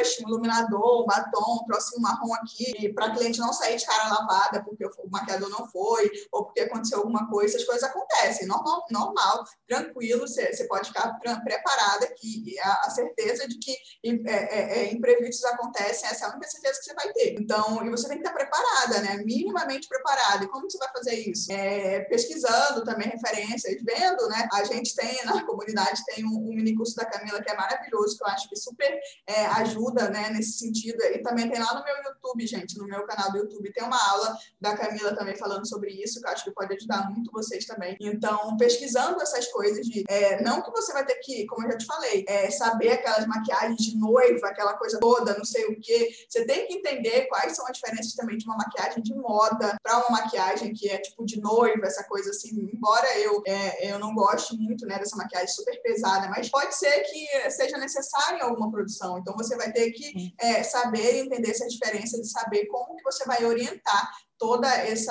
blush, um iluminador, um batom, um trocinho marrom aqui, para a cliente não sair de cara lavada porque o maquiador não foi, ou porque aconteceu alguma coisa. Essas coisas acontecem, normal, tranquilo, você pode ficar preparada, que a certeza de que imprevistos acontecem, essa é a única certeza que você vai ter. Então, e você tem que estar preparada, né? Minimamente preparada. E como você vai fazer isso? Pesquisando também referências, vendo, né? A gente tem, na comunidade, tem um mini curso da Camila que é maravilhoso, que eu acho que super ajuda, né, nesse sentido. E também tem lá no meu YouTube, gente, no meu canal do YouTube, tem uma aula da Camila também falando sobre isso, que eu acho que pode ajudar muito vocês também. Então, pesquisando essas coisas não que você vai ter que, como eu já te falei, saber aquelas maquiagens de noiva, aquela coisa toda, não sei o quê. Você tem que entender quais são as diferenças também de uma maquiagem de moda para uma maquiagem que é tipo de noiva, essa coisa assim. Embora eu não goste muito, né, dessa maquiagem super pesada, mas pode ser que seja necessário em alguma produção. Então, você vai ter que saber e entender essa diferença de saber como que você vai orientar toda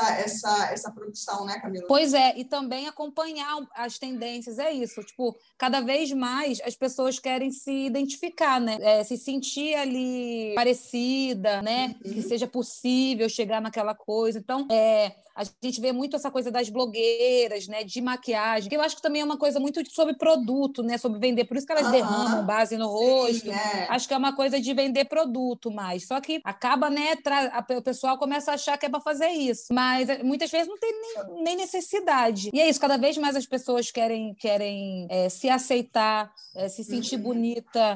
essa produção, né, Camila? Pois é, e também acompanhar as tendências, é isso. Tipo, cada vez mais as pessoas querem se identificar, né? Se sentir ali parecida, né? Que seja possível chegar naquela coisa. Então, a gente vê muito essa coisa das blogueiras, né? De maquiagem, que eu acho que também é uma coisa muito sobre produto, né? Sobre vender. Por isso que elas derramam base no rosto. Acho que é uma coisa de vender produto mais. Só que acaba, né? O pessoal começa a achar que é para fazer isso. Mas muitas vezes não tem nem necessidade. E é isso, cada vez mais as pessoas querem se aceitar, se sentir bonita.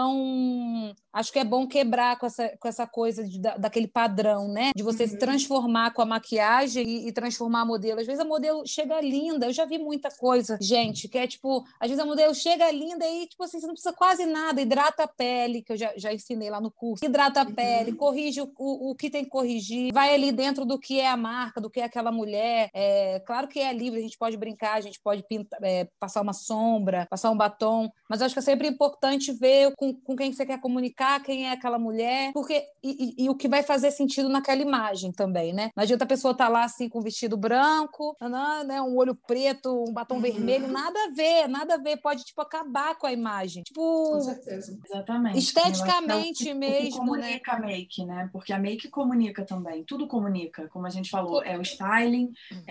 Então, acho que é bom quebrar com essa coisa daquele padrão, né? De você se transformar com a maquiagem e transformar a modelo. Às vezes a modelo chega linda, eu já vi muita coisa, gente, que é tipo, às vezes a modelo chega linda e, tipo assim, você não precisa quase nada, hidrata a pele, que eu já ensinei lá no curso, hidrata a pele, corrige o que tem que corrigir, vai ali dentro do que é a marca, do que é aquela mulher. Claro que é livre, a gente pode brincar, a gente pode pintar, passar uma sombra, passar um batom, mas eu acho que é sempre importante ver com quem você quer comunicar, quem é aquela mulher, porque e o que vai fazer sentido naquela imagem também, né? Não adianta a pessoa estar lá assim com um vestido branco, né, um olho preto, um batom vermelho, nada a ver, pode tipo acabar com a imagem. Tipo, com certeza. Exatamente. Esteticamente O que mesmo, comunica a make, né? Porque a make comunica também, tudo comunica, como a gente falou, é o styling,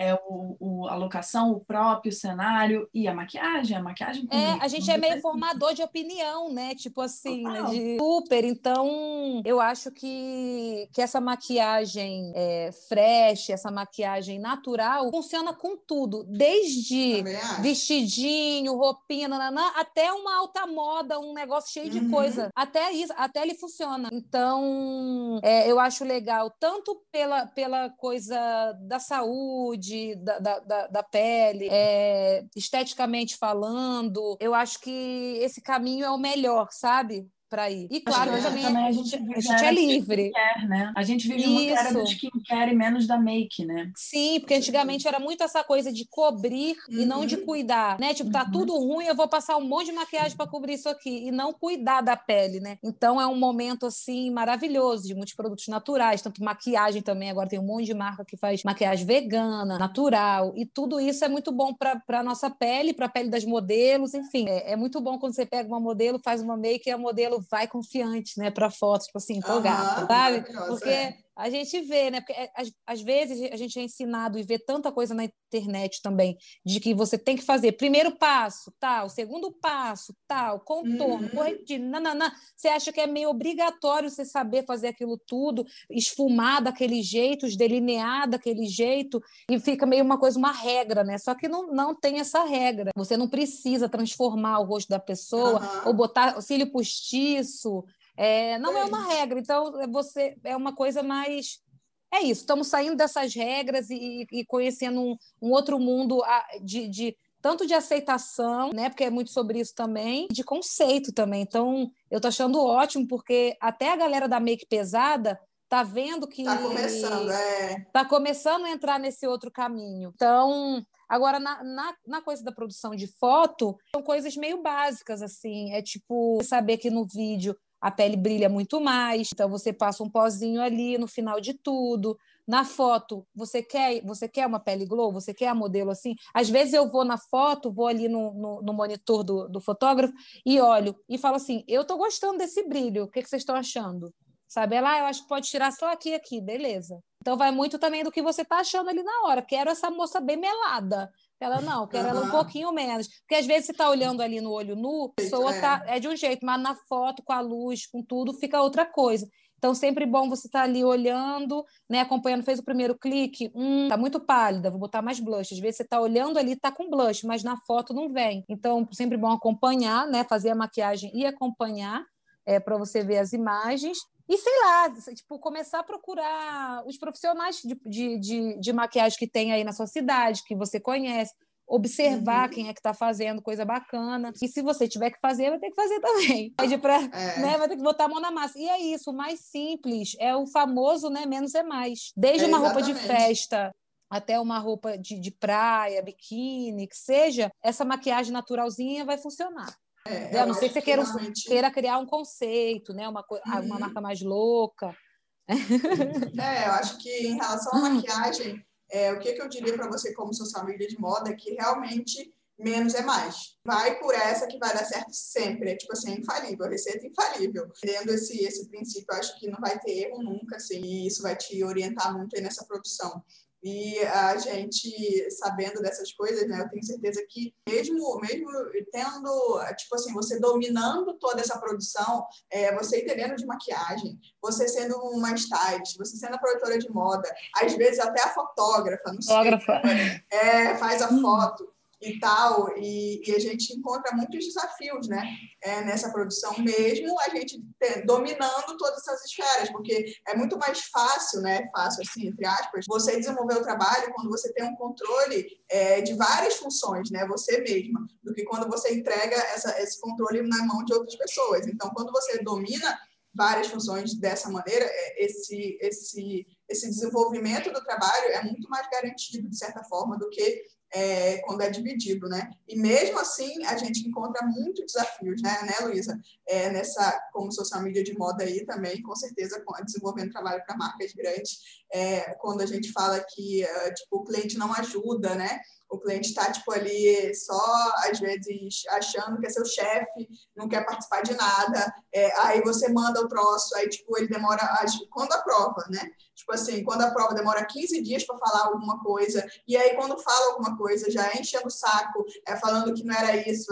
a locação, o próprio cenário e a maquiagem comunica. A gente é meio formador de opinião, né? Tipo assim, né? Total. Super. Então, eu acho que essa maquiagem fresh, essa maquiagem natural, funciona com tudo. Desde vestidinho, roupinha, nananã, até uma alta moda, um negócio cheio de coisa. Até isso, até ele funciona. Então, eu acho legal, tanto pela coisa da saúde, da pele, esteticamente falando, eu acho que esse caminho é o melhor, sabe? Para ir. E claro que também a gente é livre. Skincare, né? A gente vive muito a era do skincare e menos da make, né? Sim, porque antigamente era muito essa coisa de cobrir e não de cuidar, né? Tipo, tá tudo ruim, eu vou passar um monte de maquiagem para cobrir isso aqui e não cuidar da pele, né? Então é um momento assim maravilhoso de muitos produtos naturais, tanto maquiagem também, agora tem um monte de marca que faz maquiagem vegana, natural, e tudo isso é muito bom para nossa pele, para a pele das modelos, enfim, é muito bom quando você pega uma modelo, faz uma make e a modelo vai confiante, né, para foto, tipo assim, tô gata, sabe? Porque a gente vê, né? Porque às vezes a gente é ensinado e vê tanta coisa na internet também, de que você tem que fazer primeiro passo, tal, segundo passo, tal, contorno, corretivo, nananã. Você acha que é meio obrigatório você saber fazer aquilo tudo, esfumar daquele jeito, delinear daquele jeito, e fica meio uma coisa, uma regra, né? Só que não tem essa regra. Você não precisa transformar o rosto da pessoa ou botar o cílio postiço. Não é uma regra, então é uma coisa mais. É isso, estamos saindo dessas regras e conhecendo um outro mundo tanto de aceitação, né? Porque é muito sobre isso também, de conceito também. Então, eu tô achando ótimo, porque até a galera da make pesada tá vendo que tá começando a entrar nesse outro caminho. Então, agora, na coisa da produção de foto, são coisas meio básicas, assim. É tipo, saber que no vídeo a pele brilha muito mais, então você passa um pozinho ali no final de tudo. Na foto, você quer uma pele glow? Você quer a modelo assim? Às vezes eu vou na foto, vou ali no monitor do fotógrafo e olho e falo assim, eu estou gostando desse brilho, o que vocês estão achando? Sabe? Ela, eu acho que pode tirar só aqui, beleza. Então vai muito também do que você está achando ali na hora. Quero essa moça bem melada. Ela, não, quero ela um pouquinho menos. Porque às vezes você está olhando ali no olho nu, a pessoa é de um jeito, mas na foto, com a luz, com tudo, fica outra coisa. Então, sempre bom você estar ali olhando, né, acompanhando, fez o primeiro clique, tá muito pálida, vou botar mais blush. Às vezes você está olhando ali, tá com blush, mas na foto não vem. Então, sempre bom acompanhar, né, fazer a maquiagem e acompanhar, para você ver as imagens. E, sei lá, tipo, começar a procurar os profissionais de maquiagem que tem aí na sua cidade, que você conhece, observar quem é que está fazendo coisa bacana. E se você tiver que fazer, vai ter que fazer também. Né, vai ter que botar a mão na massa. E é isso, o mais simples é o famoso, né, menos é mais. Desde uma roupa de festa até uma roupa de praia, biquíni, que seja, essa maquiagem naturalzinha vai funcionar. A não ser que você queira criar um conceito, né, uma marca mais louca. Eu acho que em relação à maquiagem, o que eu diria para você como social media de moda é que realmente menos é mais. Vai por essa que vai dar certo sempre. É tipo assim, infalível, receita infalível. Tendo esse princípio, eu acho que não vai ter erro nunca, assim, e isso vai te orientar muito aí nessa produção. E a gente, sabendo dessas coisas, né, eu tenho certeza que mesmo tendo, tipo assim, você dominando toda essa produção, você entendendo de maquiagem, você sendo uma stylist, você sendo a produtora de moda, às vezes até a fotógrafa, não sei, faz a foto e tal, e a gente encontra muitos desafios, né, nessa produção mesmo, a gente dominando todas essas esferas, porque é muito mais fácil, né, fácil assim, entre aspas, você desenvolver o trabalho quando você tem um controle de várias funções, né, você mesma, do que quando você entrega esse controle na mão de outras pessoas. Então, quando você domina várias funções dessa maneira, esse desenvolvimento do trabalho é muito mais garantido, de certa forma, do que quando é dividido, né? E mesmo assim, a gente encontra muitos desafios, né, Luísa? Como social media de moda aí também, com certeza, desenvolvendo trabalho para marcas grandes, quando a gente fala que tipo, o cliente não ajuda, né? O cliente está tipo, ali só, às vezes, achando que é seu chefe, não quer participar de nada, aí você manda o troço, aí tipo, ele demora, quando aprova, né? Tipo assim, quando a prova demora 15 dias para falar alguma coisa, e aí quando fala alguma coisa, já é enchendo o saco, falando que não era isso,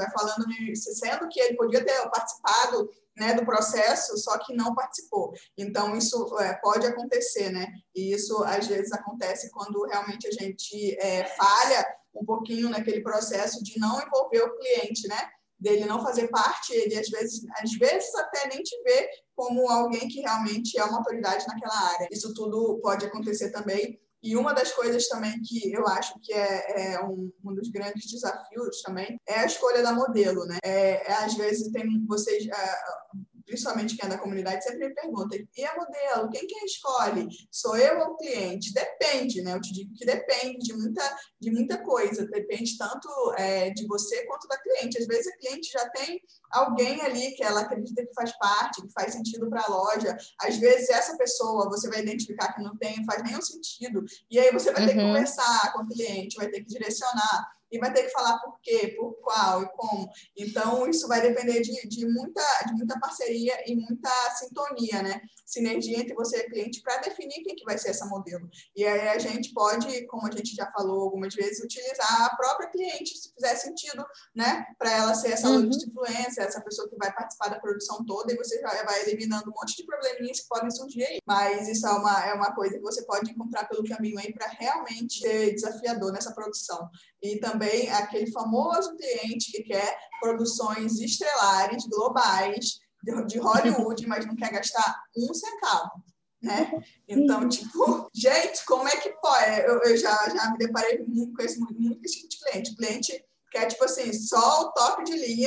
sendo que ele podia ter participado, né, do processo, só que não participou. Então, isso pode acontecer, né? E isso, às vezes, acontece quando realmente a gente falha um pouquinho naquele processo de não envolver o cliente, né? Dele não fazer parte, ele às vezes até nem te vê como alguém que realmente é uma autoridade naquela área. Isso tudo pode acontecer também. E uma das coisas também que eu acho que é um dos grandes desafios também é a escolha da modelo, né? Às vezes tem vocês... principalmente quem é da comunidade, sempre me pergunta, e a modelo, quem que escolhe? Sou eu ou o cliente? Depende, né? Eu te digo que depende de muita coisa, depende tanto de você quanto da cliente. Às vezes a cliente já tem alguém ali que ela acredita que faz parte, que faz sentido para a loja. Às vezes essa pessoa você vai identificar que não faz nenhum sentido, e aí você vai ter que conversar com o cliente, vai ter que direcionar, e vai ter que falar por quê, por qual e como. Então, isso vai depender de muita parceria e muita sintonia, né? Sinergia entre você e o cliente para definir quem que vai ser essa modelo. E aí a gente pode, como a gente já falou algumas vezes, utilizar a própria cliente, se fizer sentido, né? Para ela ser essa loja de influência, essa pessoa que vai participar da produção toda, e você já vai eliminando um monte de probleminhas que podem surgir aí. Mas isso é uma coisa que você pode encontrar pelo caminho aí para realmente ser desafiador nessa produção. E também aquele famoso cliente que quer produções estrelares, globais, de Hollywood, mas não quer gastar um centavo, né? Então, tipo, gente, como é que pode? Eu já me deparei muito com esse tipo de cliente. O cliente quer, tipo assim, só o top de linha,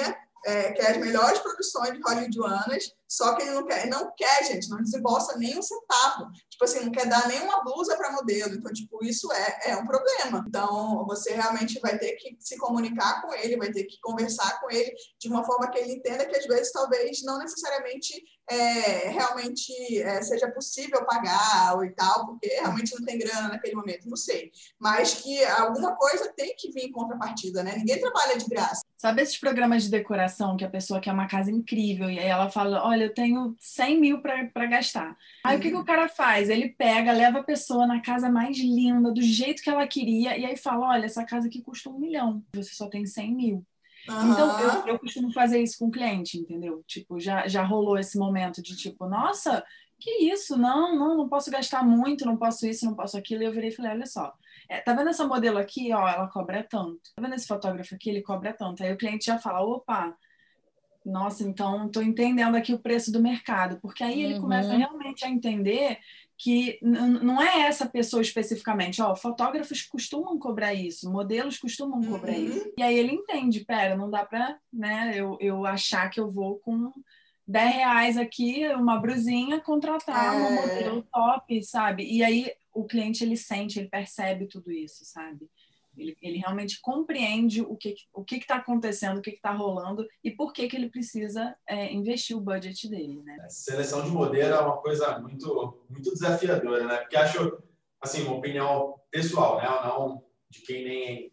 quer as melhores produções hollywoodianas, só que ele não quer, gente, não desembolsa nem um centavo. Tipo assim, não quer dar nenhuma blusa para modelo. Então, tipo, isso é um problema. Então, você realmente vai ter que se comunicar com ele, vai ter que conversar com ele de uma forma que ele entenda que, às vezes, talvez não necessariamente realmente seja possível pagar ou tal, porque realmente não tem grana naquele momento, não sei. Mas que alguma coisa tem que vir em contrapartida, né? Ninguém trabalha de graça. Sabe esses programas de decoração que a pessoa quer uma casa incrível e aí ela fala, olha, eu tenho 100 mil para gastar. Aí o que o cara faz? Ele pega, leva a pessoa na casa mais linda, do jeito que ela queria, e aí fala, olha, essa casa aqui custa 1 milhão, você só tem 100 mil. Então, eu costumo fazer isso com o cliente, entendeu? Tipo, já rolou esse momento de tipo, nossa, que isso? Não posso gastar muito, não posso isso, não posso aquilo. E eu virei e falei, olha só, tá vendo essa modelo aqui? Ó, ela cobra tanto. Tá vendo esse fotógrafo aqui? Ele cobra tanto. Aí o cliente já fala, opa, nossa, então tô entendendo aqui o preço do mercado. Porque aí ele começa realmente a entender que não é essa pessoa especificamente, ó, fotógrafos costumam cobrar isso, modelos costumam cobrar isso. E aí ele entende, pera, não dá pra, né, eu achar que eu vou com R$10 aqui, uma brusinha, contratar uma modelo top, sabe? E aí o cliente, ele sente, ele percebe tudo isso, sabe? Ele realmente compreende o que está acontecendo, o que está rolando e por que ele precisa investir o budget dele, né? Seleção de modelo é uma coisa muito, muito desafiadora, né? Porque acho, assim, uma opinião pessoal, né? Não de quem nem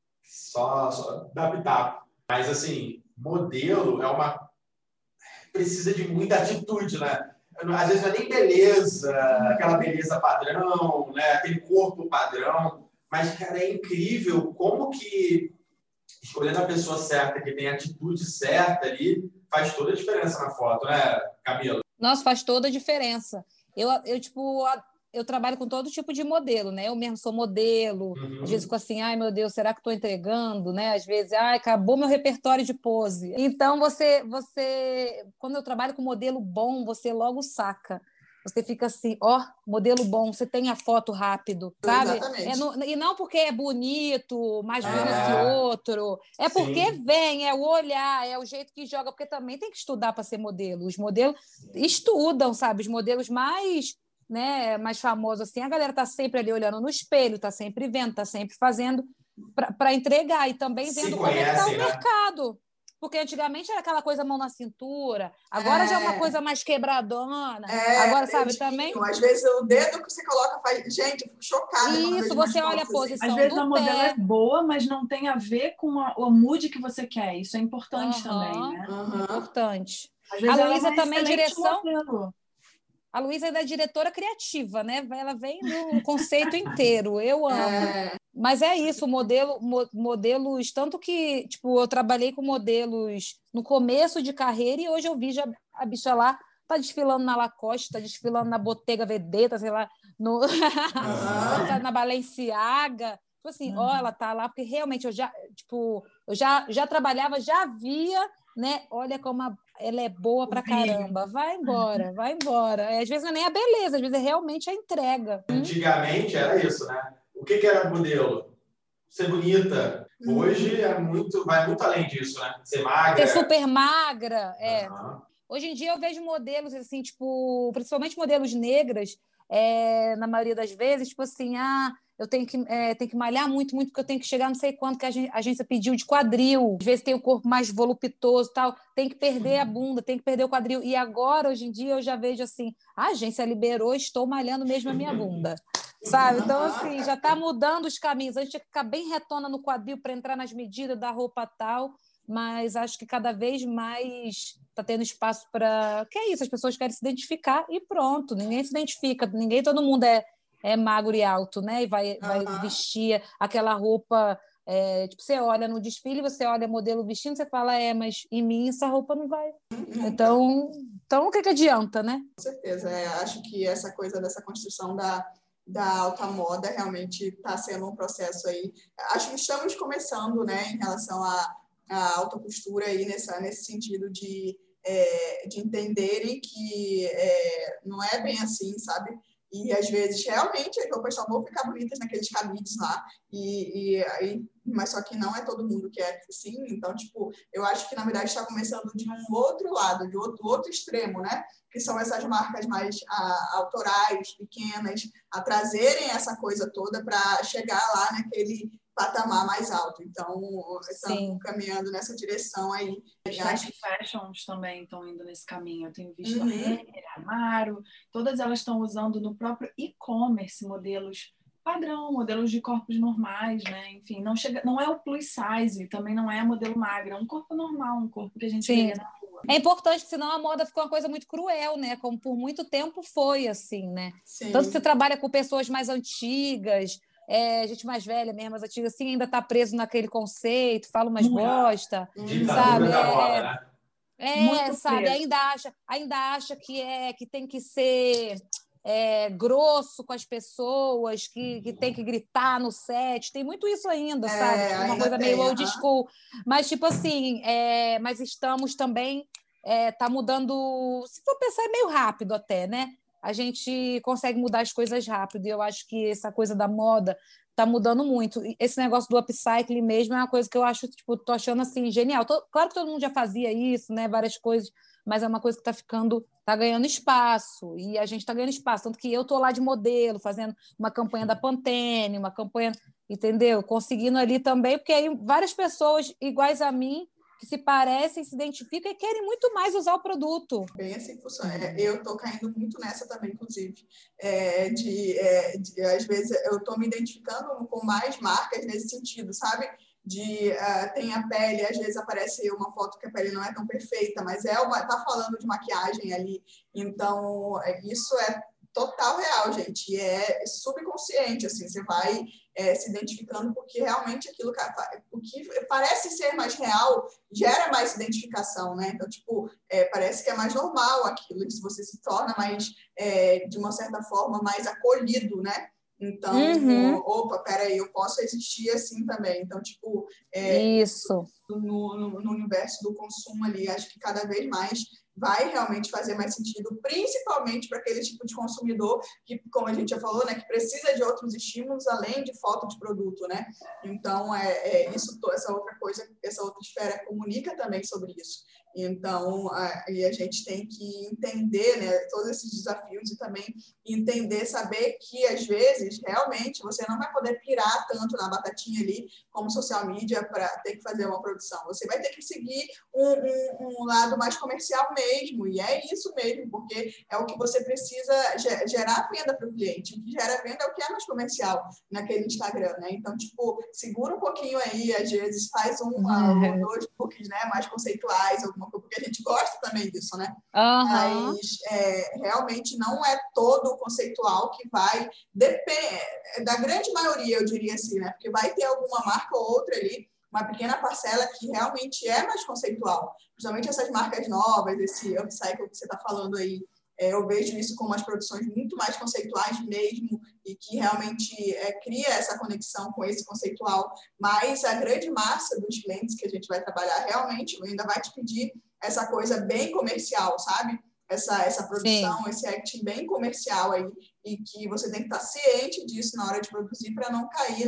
só dá pitaco. Mas, assim, modelo precisa de muita atitude, né? Às vezes não é nem beleza, aquela beleza padrão, né? Aquele corpo padrão. Mas, cara, é incrível como que escolhendo a pessoa certa, que tem a atitude certa ali, faz toda a diferença na foto, né, Camila? Nossa, faz toda a diferença. Eu trabalho com todo tipo de modelo, né? Eu mesmo sou modelo. Às vezes fico assim, ai, meu Deus, será que estou entregando, né? Às vezes, ai, acabou meu repertório de pose. Então, quando eu trabalho com modelo bom, você logo saca. Você fica assim, ó, modelo bom, você tem a foto rápido, sabe? Exatamente. E não porque é bonito, mais bonito que outro. É porque vem, é o olhar, é o jeito que joga, porque também tem que estudar para ser modelo. Os modelos estudam, sabe? Os modelos mais famosos, assim, a galera tá sempre ali olhando no espelho, tá sempre vendo, tá sempre fazendo para entregar e também vendo como é que tá o mercado. Porque antigamente era aquela coisa mão na cintura, agora já é uma coisa mais quebradona. Agora, sabe, também. Às vezes o dedo que você coloca faz. Gente, eu fico chocada. Isso, você olha a posição. Às vezes a modelo é boa, mas não tem a ver com o mood que você quer. Isso é importante também, né? Importante. Às vezes a Luísa também, direção. Modelo. A Luísa é da diretora criativa, né? Ela vem do conceito inteiro. Eu amo. Mas é isso, modelos, tanto que, tipo, eu trabalhei com modelos no começo de carreira e hoje eu vi já a bicha lá tá desfilando na Lacoste, tá desfilando na Bottega Veneta, sei lá, tá na Balenciaga. Tipo assim, ó, ela tá lá porque realmente eu já trabalhava, já via, né? Olha como ela é boa pra caramba. Vai embora, vai embora. Às vezes não é nem a beleza, às vezes é realmente a entrega. Antigamente era isso, né? O que era modelo? Ser bonita. Hoje vai muito além disso, né? Ser magra. Ser super magra, Hoje em dia eu vejo modelos, assim, tipo, principalmente modelos negras, na maioria das vezes, tipo assim, eu tenho que malhar muito, muito, porque eu tenho que chegar não sei quanto que a agência pediu de quadril. Às vezes tem o corpo mais voluptuoso e tal, tem que perder a bunda, tem que perder o quadril. E agora, hoje em dia, eu já vejo assim, a agência liberou, estou malhando mesmo a minha bunda. Sabe? Então, assim, já está mudando os caminhos. A gente tinha que ficar bem retona no quadril para entrar nas medidas da roupa tal, mas acho que cada vez mais está tendo espaço para... Que é isso, as pessoas querem se identificar e pronto, ninguém se identifica, todo mundo é magro e alto, né? E vai vestir aquela roupa... tipo, você olha no desfile, você olha modelo vestindo, você fala, mas em mim essa roupa não vai. Então o que adianta, né? Com certeza. Acho que essa coisa dessa construção da alta moda realmente está sendo um processo aí. Acho que estamos começando, né, em relação à alta costura aí nesse sentido de entenderem que não é bem assim, sabe? E às vezes, realmente, as roupas só vão ficar bonitas naqueles cabides lá. Mas só que não é todo mundo que é assim. Então, tipo, eu acho que, na verdade, está começando de um outro lado, de outro extremo, né? Que são essas marcas mais autorais, pequenas, a trazerem essa coisa toda para chegar lá naquele patamar mais alto. Então, estamos caminhando nessa direção aí. As fast fashions também estão indo nesse caminho. Eu tenho visto Uhum. a Renner, a Amaro, todas elas estão usando no próprio e-commerce modelos padrão, modelos de corpos normais, né? Enfim, não é o plus size, também não é modelo magro, é um corpo normal, um corpo que a gente vê na rua. É importante, senão a moda ficou uma coisa muito cruel, né? Como por muito tempo foi, assim, né? Sim. Tanto que você trabalha com pessoas mais antigas, gente mais velha mesmo, mais antiga, assim, ainda está preso naquele conceito, fala umas bosta, Ditadura sabe? da moda, né? Muito Sabe? preso. Ainda acha que tem que ser grosso com as pessoas, que tem que gritar no set. Tem muito isso ainda, sabe? Tipo, uma coisa meio old school. Mas, tipo assim, mas estamos também... tá mudando... Se for pensar, é meio rápido até, né? A gente consegue mudar as coisas rápido. E eu acho que essa coisa da moda tá mudando muito. E esse negócio do upcycling mesmo é uma coisa que eu acho, tipo, tô achando assim, genial. Claro que todo mundo já fazia isso, né? Várias coisas, mas é uma coisa que tá ganhando espaço, e a gente está ganhando espaço. Tanto que eu tô lá de modelo, fazendo uma campanha da Pantene, uma campanha, entendeu? Conseguindo ali também, porque aí várias pessoas iguais a mim, que se parecem, se identificam e querem muito mais usar o produto. Bem assim que funciona. Eu estou caindo muito nessa também, inclusive. Às vezes eu estou me identificando com mais marcas nesse sentido, sabe? Tem a pele, às vezes aparece uma foto que a pele não é tão perfeita, mas tá falando de maquiagem ali. Então, isso é total real, gente. E é subconsciente, assim, você vai se identificando porque realmente o que parece ser mais real gera mais identificação, né? Então, tipo, parece que é mais normal aquilo, se você se torna mais, de uma certa forma, mais acolhido, né? Então, opa, peraí, eu posso existir assim também. Então, tipo, isso. No universo do consumo ali, acho que cada vez mais vai realmente fazer mais sentido, principalmente para aquele tipo de consumidor que, como a gente já falou, né, que precisa de outros estímulos além de foto de produto, né? Então, essa outra coisa, essa outra esfera comunica também sobre isso. Então, a gente tem que entender, né, todos esses desafios e também entender, saber que, às vezes, realmente, você não vai poder pirar tanto na batatinha ali como social media para ter que fazer uma produção. Você vai ter que seguir um lado mais comercial mesmo, e é isso mesmo, porque é o que você precisa gerar venda para o cliente. O que gera venda é o que é mais comercial naquele Instagram, né? Então, tipo, segura um pouquinho aí, às vezes faz ou dois books, né, mais conceituais, alguma coisa, porque a gente gosta também disso, né? Mas realmente não é todo o conceitual que vai depender da grande maioria, eu diria assim, né? Porque vai ter alguma marca ou outra ali, uma pequena parcela que realmente é mais conceitual. Principalmente essas marcas novas, esse upcycle que você está falando aí. Eu vejo isso como umas produções muito mais conceituais mesmo e que realmente cria essa conexão com esse conceitual. Mas a grande massa dos clientes que a gente vai trabalhar realmente ainda vai te pedir essa coisa bem comercial, sabe? Essa produção, esse acting bem comercial aí, e que você tem que estar ciente disso na hora de produzir para não cair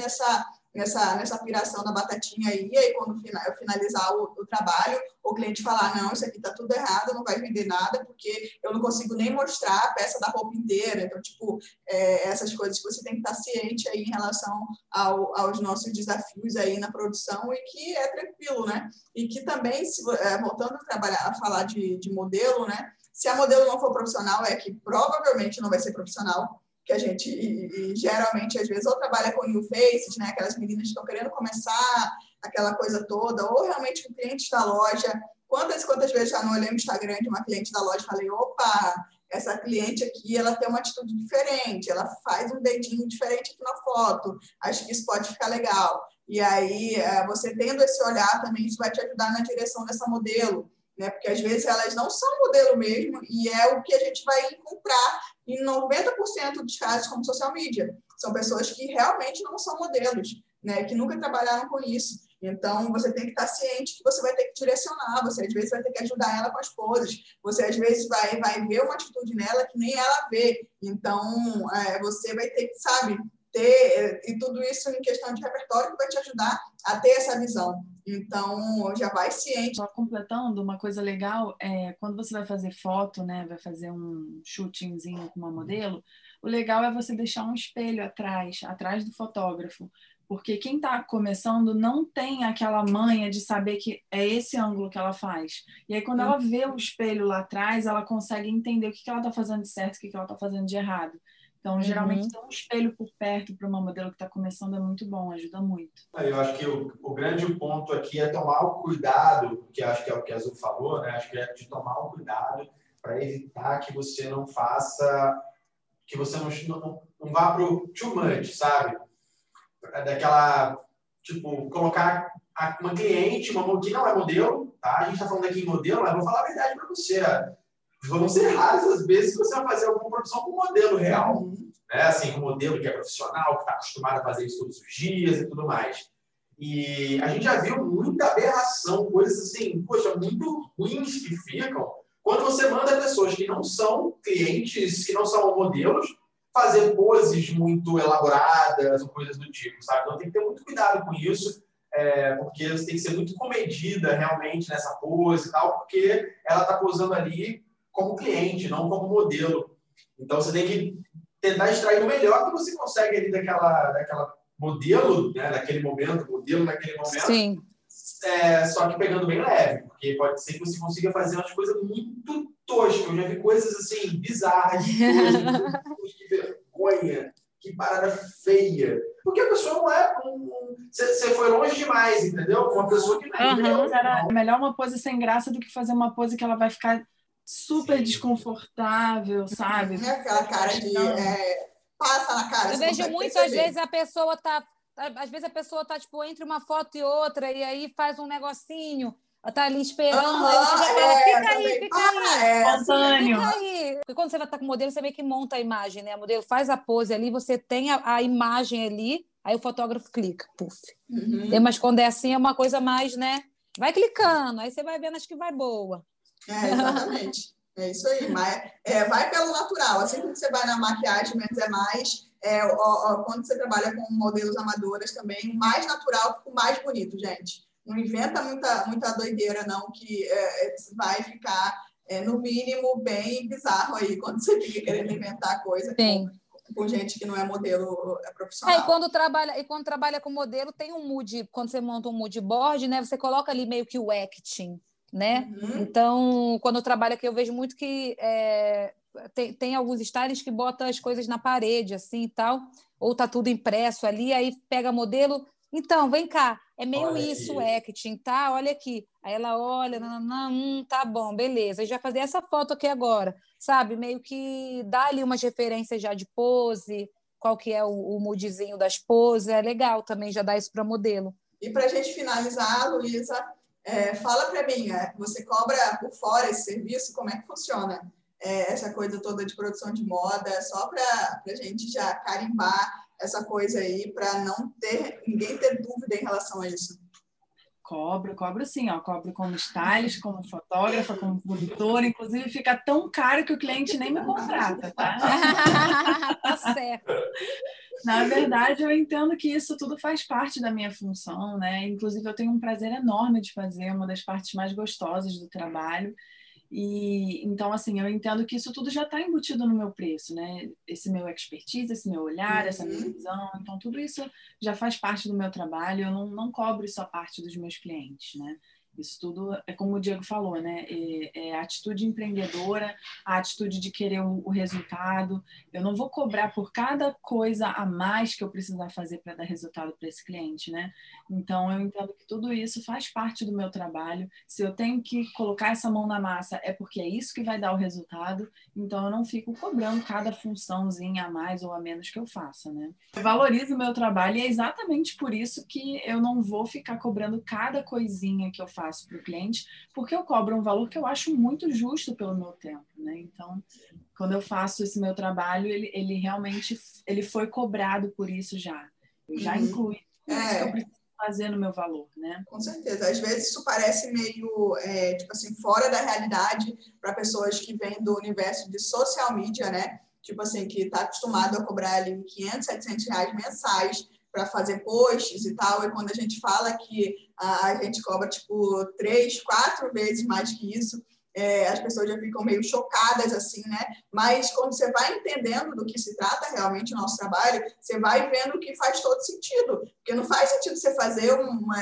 nessa piração da batatinha aí, e aí quando eu finalizar o trabalho, o cliente falar, não, isso aqui tá tudo errado, não vai vender nada, porque eu não consigo nem mostrar a peça da roupa inteira. Então, tipo, essas coisas que você tem que estar ciente aí em relação aos nossos desafios aí na produção, e que é tranquilo, né? E que também, voltando a falar de modelo, né? Se a modelo não for profissional, é que provavelmente não vai ser profissional, que a gente geralmente, às vezes, ou trabalha com new faces, né? Aquelas meninas que estão querendo começar, aquela coisa toda, ou realmente com clientes da loja. Quantas vezes já não olhei no Instagram de uma cliente da loja e falei, opa, essa cliente aqui, ela tem uma atitude diferente, ela faz um dedinho diferente aqui na foto, acho que isso pode ficar legal. E aí, você tendo esse olhar também, isso vai te ajudar na direção dessa modelo, né? Porque às vezes elas não são modelo mesmo, e é o que a gente vai encontrar em 90% dos casos como social media. São pessoas que realmente não são modelos, né? Que nunca trabalharam com isso. Então, você tem que estar ciente que você vai ter que direcionar, você às vezes vai ter que ajudar ela com as poses, você às vezes vai ver uma atitude nela que nem ela vê. Então, você vai ter que, sabe, ter, e tudo isso em questão de repertório que vai te ajudar a ter essa visão. Então, já vai ciente. Só completando, uma coisa legal é quando você vai fazer foto, né, vai fazer um shootingzinho com uma modelo, o legal é você deixar um espelho atrás do fotógrafo, porque quem está começando não tem aquela manha de saber que é esse ângulo que ela faz. E aí, quando ela vê o espelho lá atrás, ela consegue entender o que ela está fazendo de certo e o que ela está fazendo de errado. Então, geralmente, ter um espelho por perto para uma modelo que está começando é muito bom, ajuda muito. Eu acho que o grande ponto aqui é tomar o cuidado, que acho que é o que a Azul falou, né? Acho que é de tomar o cuidado para evitar que você não faça, que você não vá para o too much, sabe? Daquela, tipo, colocar uma cliente, que não é modelo, tá? A gente está falando aqui em modelo, mas vou falar a verdade para você. Vão ser raras as vezes que você vai fazer alguma produção com modelo real. Né? Assim, com modelo que é profissional, que está acostumado a fazer isso todos os dias e tudo mais. E a gente já viu muita aberração, coisas assim, poxa, muito ruins que ficam quando você manda pessoas que não são clientes, que não são modelos, fazer poses muito elaboradas ou coisas do tipo, sabe? Então tem que ter muito cuidado com isso, porque você tem que ser muito comedida realmente nessa pose e tal, porque ela está posando ali como cliente, não como modelo. Então você tem que tentar extrair o melhor que você consegue ali daquela modelo, né, naquele momento, modelo naquele momento. Sim. Só que pegando bem leve, porque pode ser que você consiga fazer umas coisas muito toscas. Eu já vi coisas assim, bizarras, que vergonha, que parada feia. Porque a pessoa não é. Você foi longe demais, entendeu? Uma pessoa que não é. Era melhor uma pose sem graça do que fazer uma pose que ela vai ficar super desconfortável, sabe? Aquela cara de. Passa na cara. Eu vejo muitas vezes a pessoa tá. Às vezes a pessoa tá, tipo, entre uma foto e outra, e aí faz um negocinho, ela tá ali esperando, aí você já fala, fica aí. Espontâneo. Fica aí. Porque quando você vai estar com o modelo, você meio que monta a imagem, né? O modelo faz a pose ali, você tem a imagem ali, aí o fotógrafo clica, puf. Mas quando é assim, é uma coisa mais, né? Vai clicando, aí você vai vendo, acho que vai boa. Exatamente. É isso aí. Mas, vai pelo natural. Assim que você vai na maquiagem, menos é mais. Quando você trabalha com modelos amadoras também, o mais natural fica o mais bonito, gente. Não inventa muita doideira, não, que vai ficar, no mínimo, bem bizarro aí, quando você fica querendo inventar coisa com gente que não é modelo profissional. E quando trabalha com modelo, tem um mood, quando você monta um mood board, né, você coloca ali meio que o acting, né? Então, quando eu trabalho aqui, eu vejo muito que tem alguns stylists que botam as coisas na parede, assim, e tal, ou tá tudo impresso ali, aí pega modelo, então, vem cá, é meio olha isso aqui. O acting, tá? Olha aqui. Aí ela olha, tá bom, beleza, a gente vai fazer essa foto aqui agora, sabe? Meio que dá ali umas referências já de pose, qual que é o moodzinho das poses, é legal também já dar isso para modelo. E para a gente finalizar, Luísa, fala para mim, você cobra por fora esse serviço? Como é que funciona essa coisa toda de produção de moda? Só para a gente já carimbar essa coisa aí, para ninguém ter dúvida em relação a isso. Cobro sim, cobro como stylist, como fotógrafa, como produtora, inclusive fica tão caro que o cliente nem me contrata, tá? Tá certo. Na verdade, eu entendo que isso tudo faz parte da minha função, né? Inclusive, eu tenho um prazer enorme de fazer, uma das partes mais gostosas do trabalho. E então, assim, eu entendo que isso tudo já está embutido no meu preço, né? Esse meu expertise, esse meu olhar, essa minha visão. Então, tudo isso já faz parte do meu trabalho. Eu não cobro isso a parte dos meus clientes, né? Isso tudo é como o Diego falou, né? É a atitude empreendedora, a atitude de querer o resultado. Eu não vou cobrar por cada coisa a mais que eu precisar fazer para dar resultado para esse cliente, né? Então, eu entendo que tudo isso faz parte do meu trabalho. Se eu tenho que colocar essa mão na massa, é porque é isso que vai dar o resultado. Então, eu não fico cobrando cada funçãozinha a mais ou a menos que eu faça, né? Eu valorizo o meu trabalho e é exatamente por isso que eu não vou ficar cobrando cada coisinha que eu faço para o cliente, porque eu cobro um valor que eu acho muito justo pelo meu tempo, né? Então, quando eu faço esse meu trabalho, ele realmente foi cobrado por isso já. Eu já incluí tudo isso que eu preciso fazer no meu valor, né? Com certeza. Às vezes isso parece meio, tipo assim, fora da realidade para pessoas que vêm do universo de social media, né? Tipo assim, que está acostumado a cobrar ali 500, 700 reais mensais para fazer posts e tal, e quando a gente fala que a gente cobra, tipo, 3, 4 vezes mais que isso, as pessoas já ficam meio chocadas, assim, né? Mas quando você vai entendendo do que se trata realmente o nosso trabalho, você vai vendo que faz todo sentido. Porque não faz sentido você fazer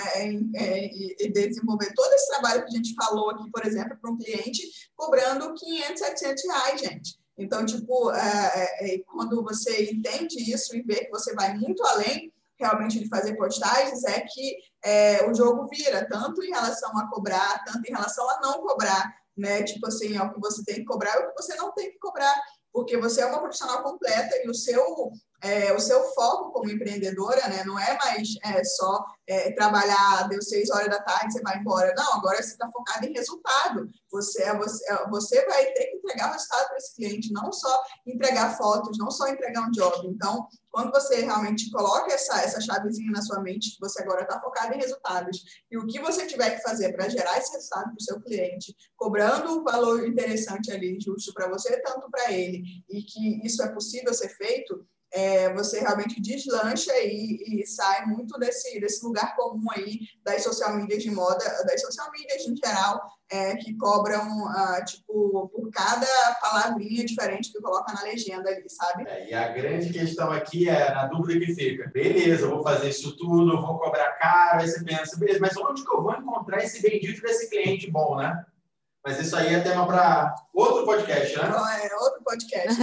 e desenvolver todo esse trabalho que a gente falou aqui, por exemplo, para um cliente, cobrando 500, 700 reais, gente. Então, tipo, quando você entende isso e vê que você vai muito além realmente de fazer postagens, é que o jogo vira, tanto em relação a cobrar, tanto em relação a não cobrar, né? Tipo assim, é o que você tem que cobrar e o que você não tem que cobrar, porque você é uma profissional completa e o seu foco como empreendedora, né, não é mais só trabalhar, deu 6 horas da tarde, você vai embora. Não, agora você está focado em resultado. Você vai ter que entregar o resultado para esse cliente, não só entregar fotos, não só entregar um job. Então, quando você realmente coloca essa chavezinha na sua mente, que você agora está focado em resultados, e o que você tiver que fazer para gerar esse resultado para o seu cliente, cobrando um valor interessante ali, justo para você, tanto para ele, e que isso é possível ser feito, você realmente deslancha e sai muito desse lugar comum aí das social medias de moda, das social medias em geral, que cobram, tipo, por cada palavrinha diferente que coloca na legenda ali, sabe? E a grande questão aqui na dúvida que fica, beleza, eu vou fazer isso tudo, eu vou cobrar caro, aí você pensa, beleza, mas onde que eu vou encontrar esse bendito desse cliente bom, né? Mas isso aí é tema para outro podcast, né? Outro podcast.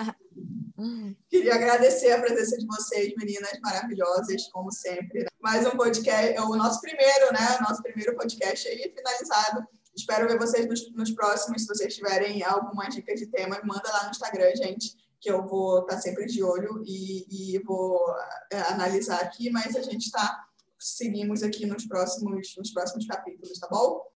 Queria agradecer a presença de vocês, meninas maravilhosas, como sempre. Mais um podcast, o nosso primeiro, né? O nosso primeiro podcast aí finalizado. Espero ver vocês nos próximos. Se vocês tiverem algumas dicas de tema, manda lá no Instagram, gente, que eu vou estar sempre de olho e vou analisar aqui, mas a gente seguimos aqui nos próximos capítulos, tá bom?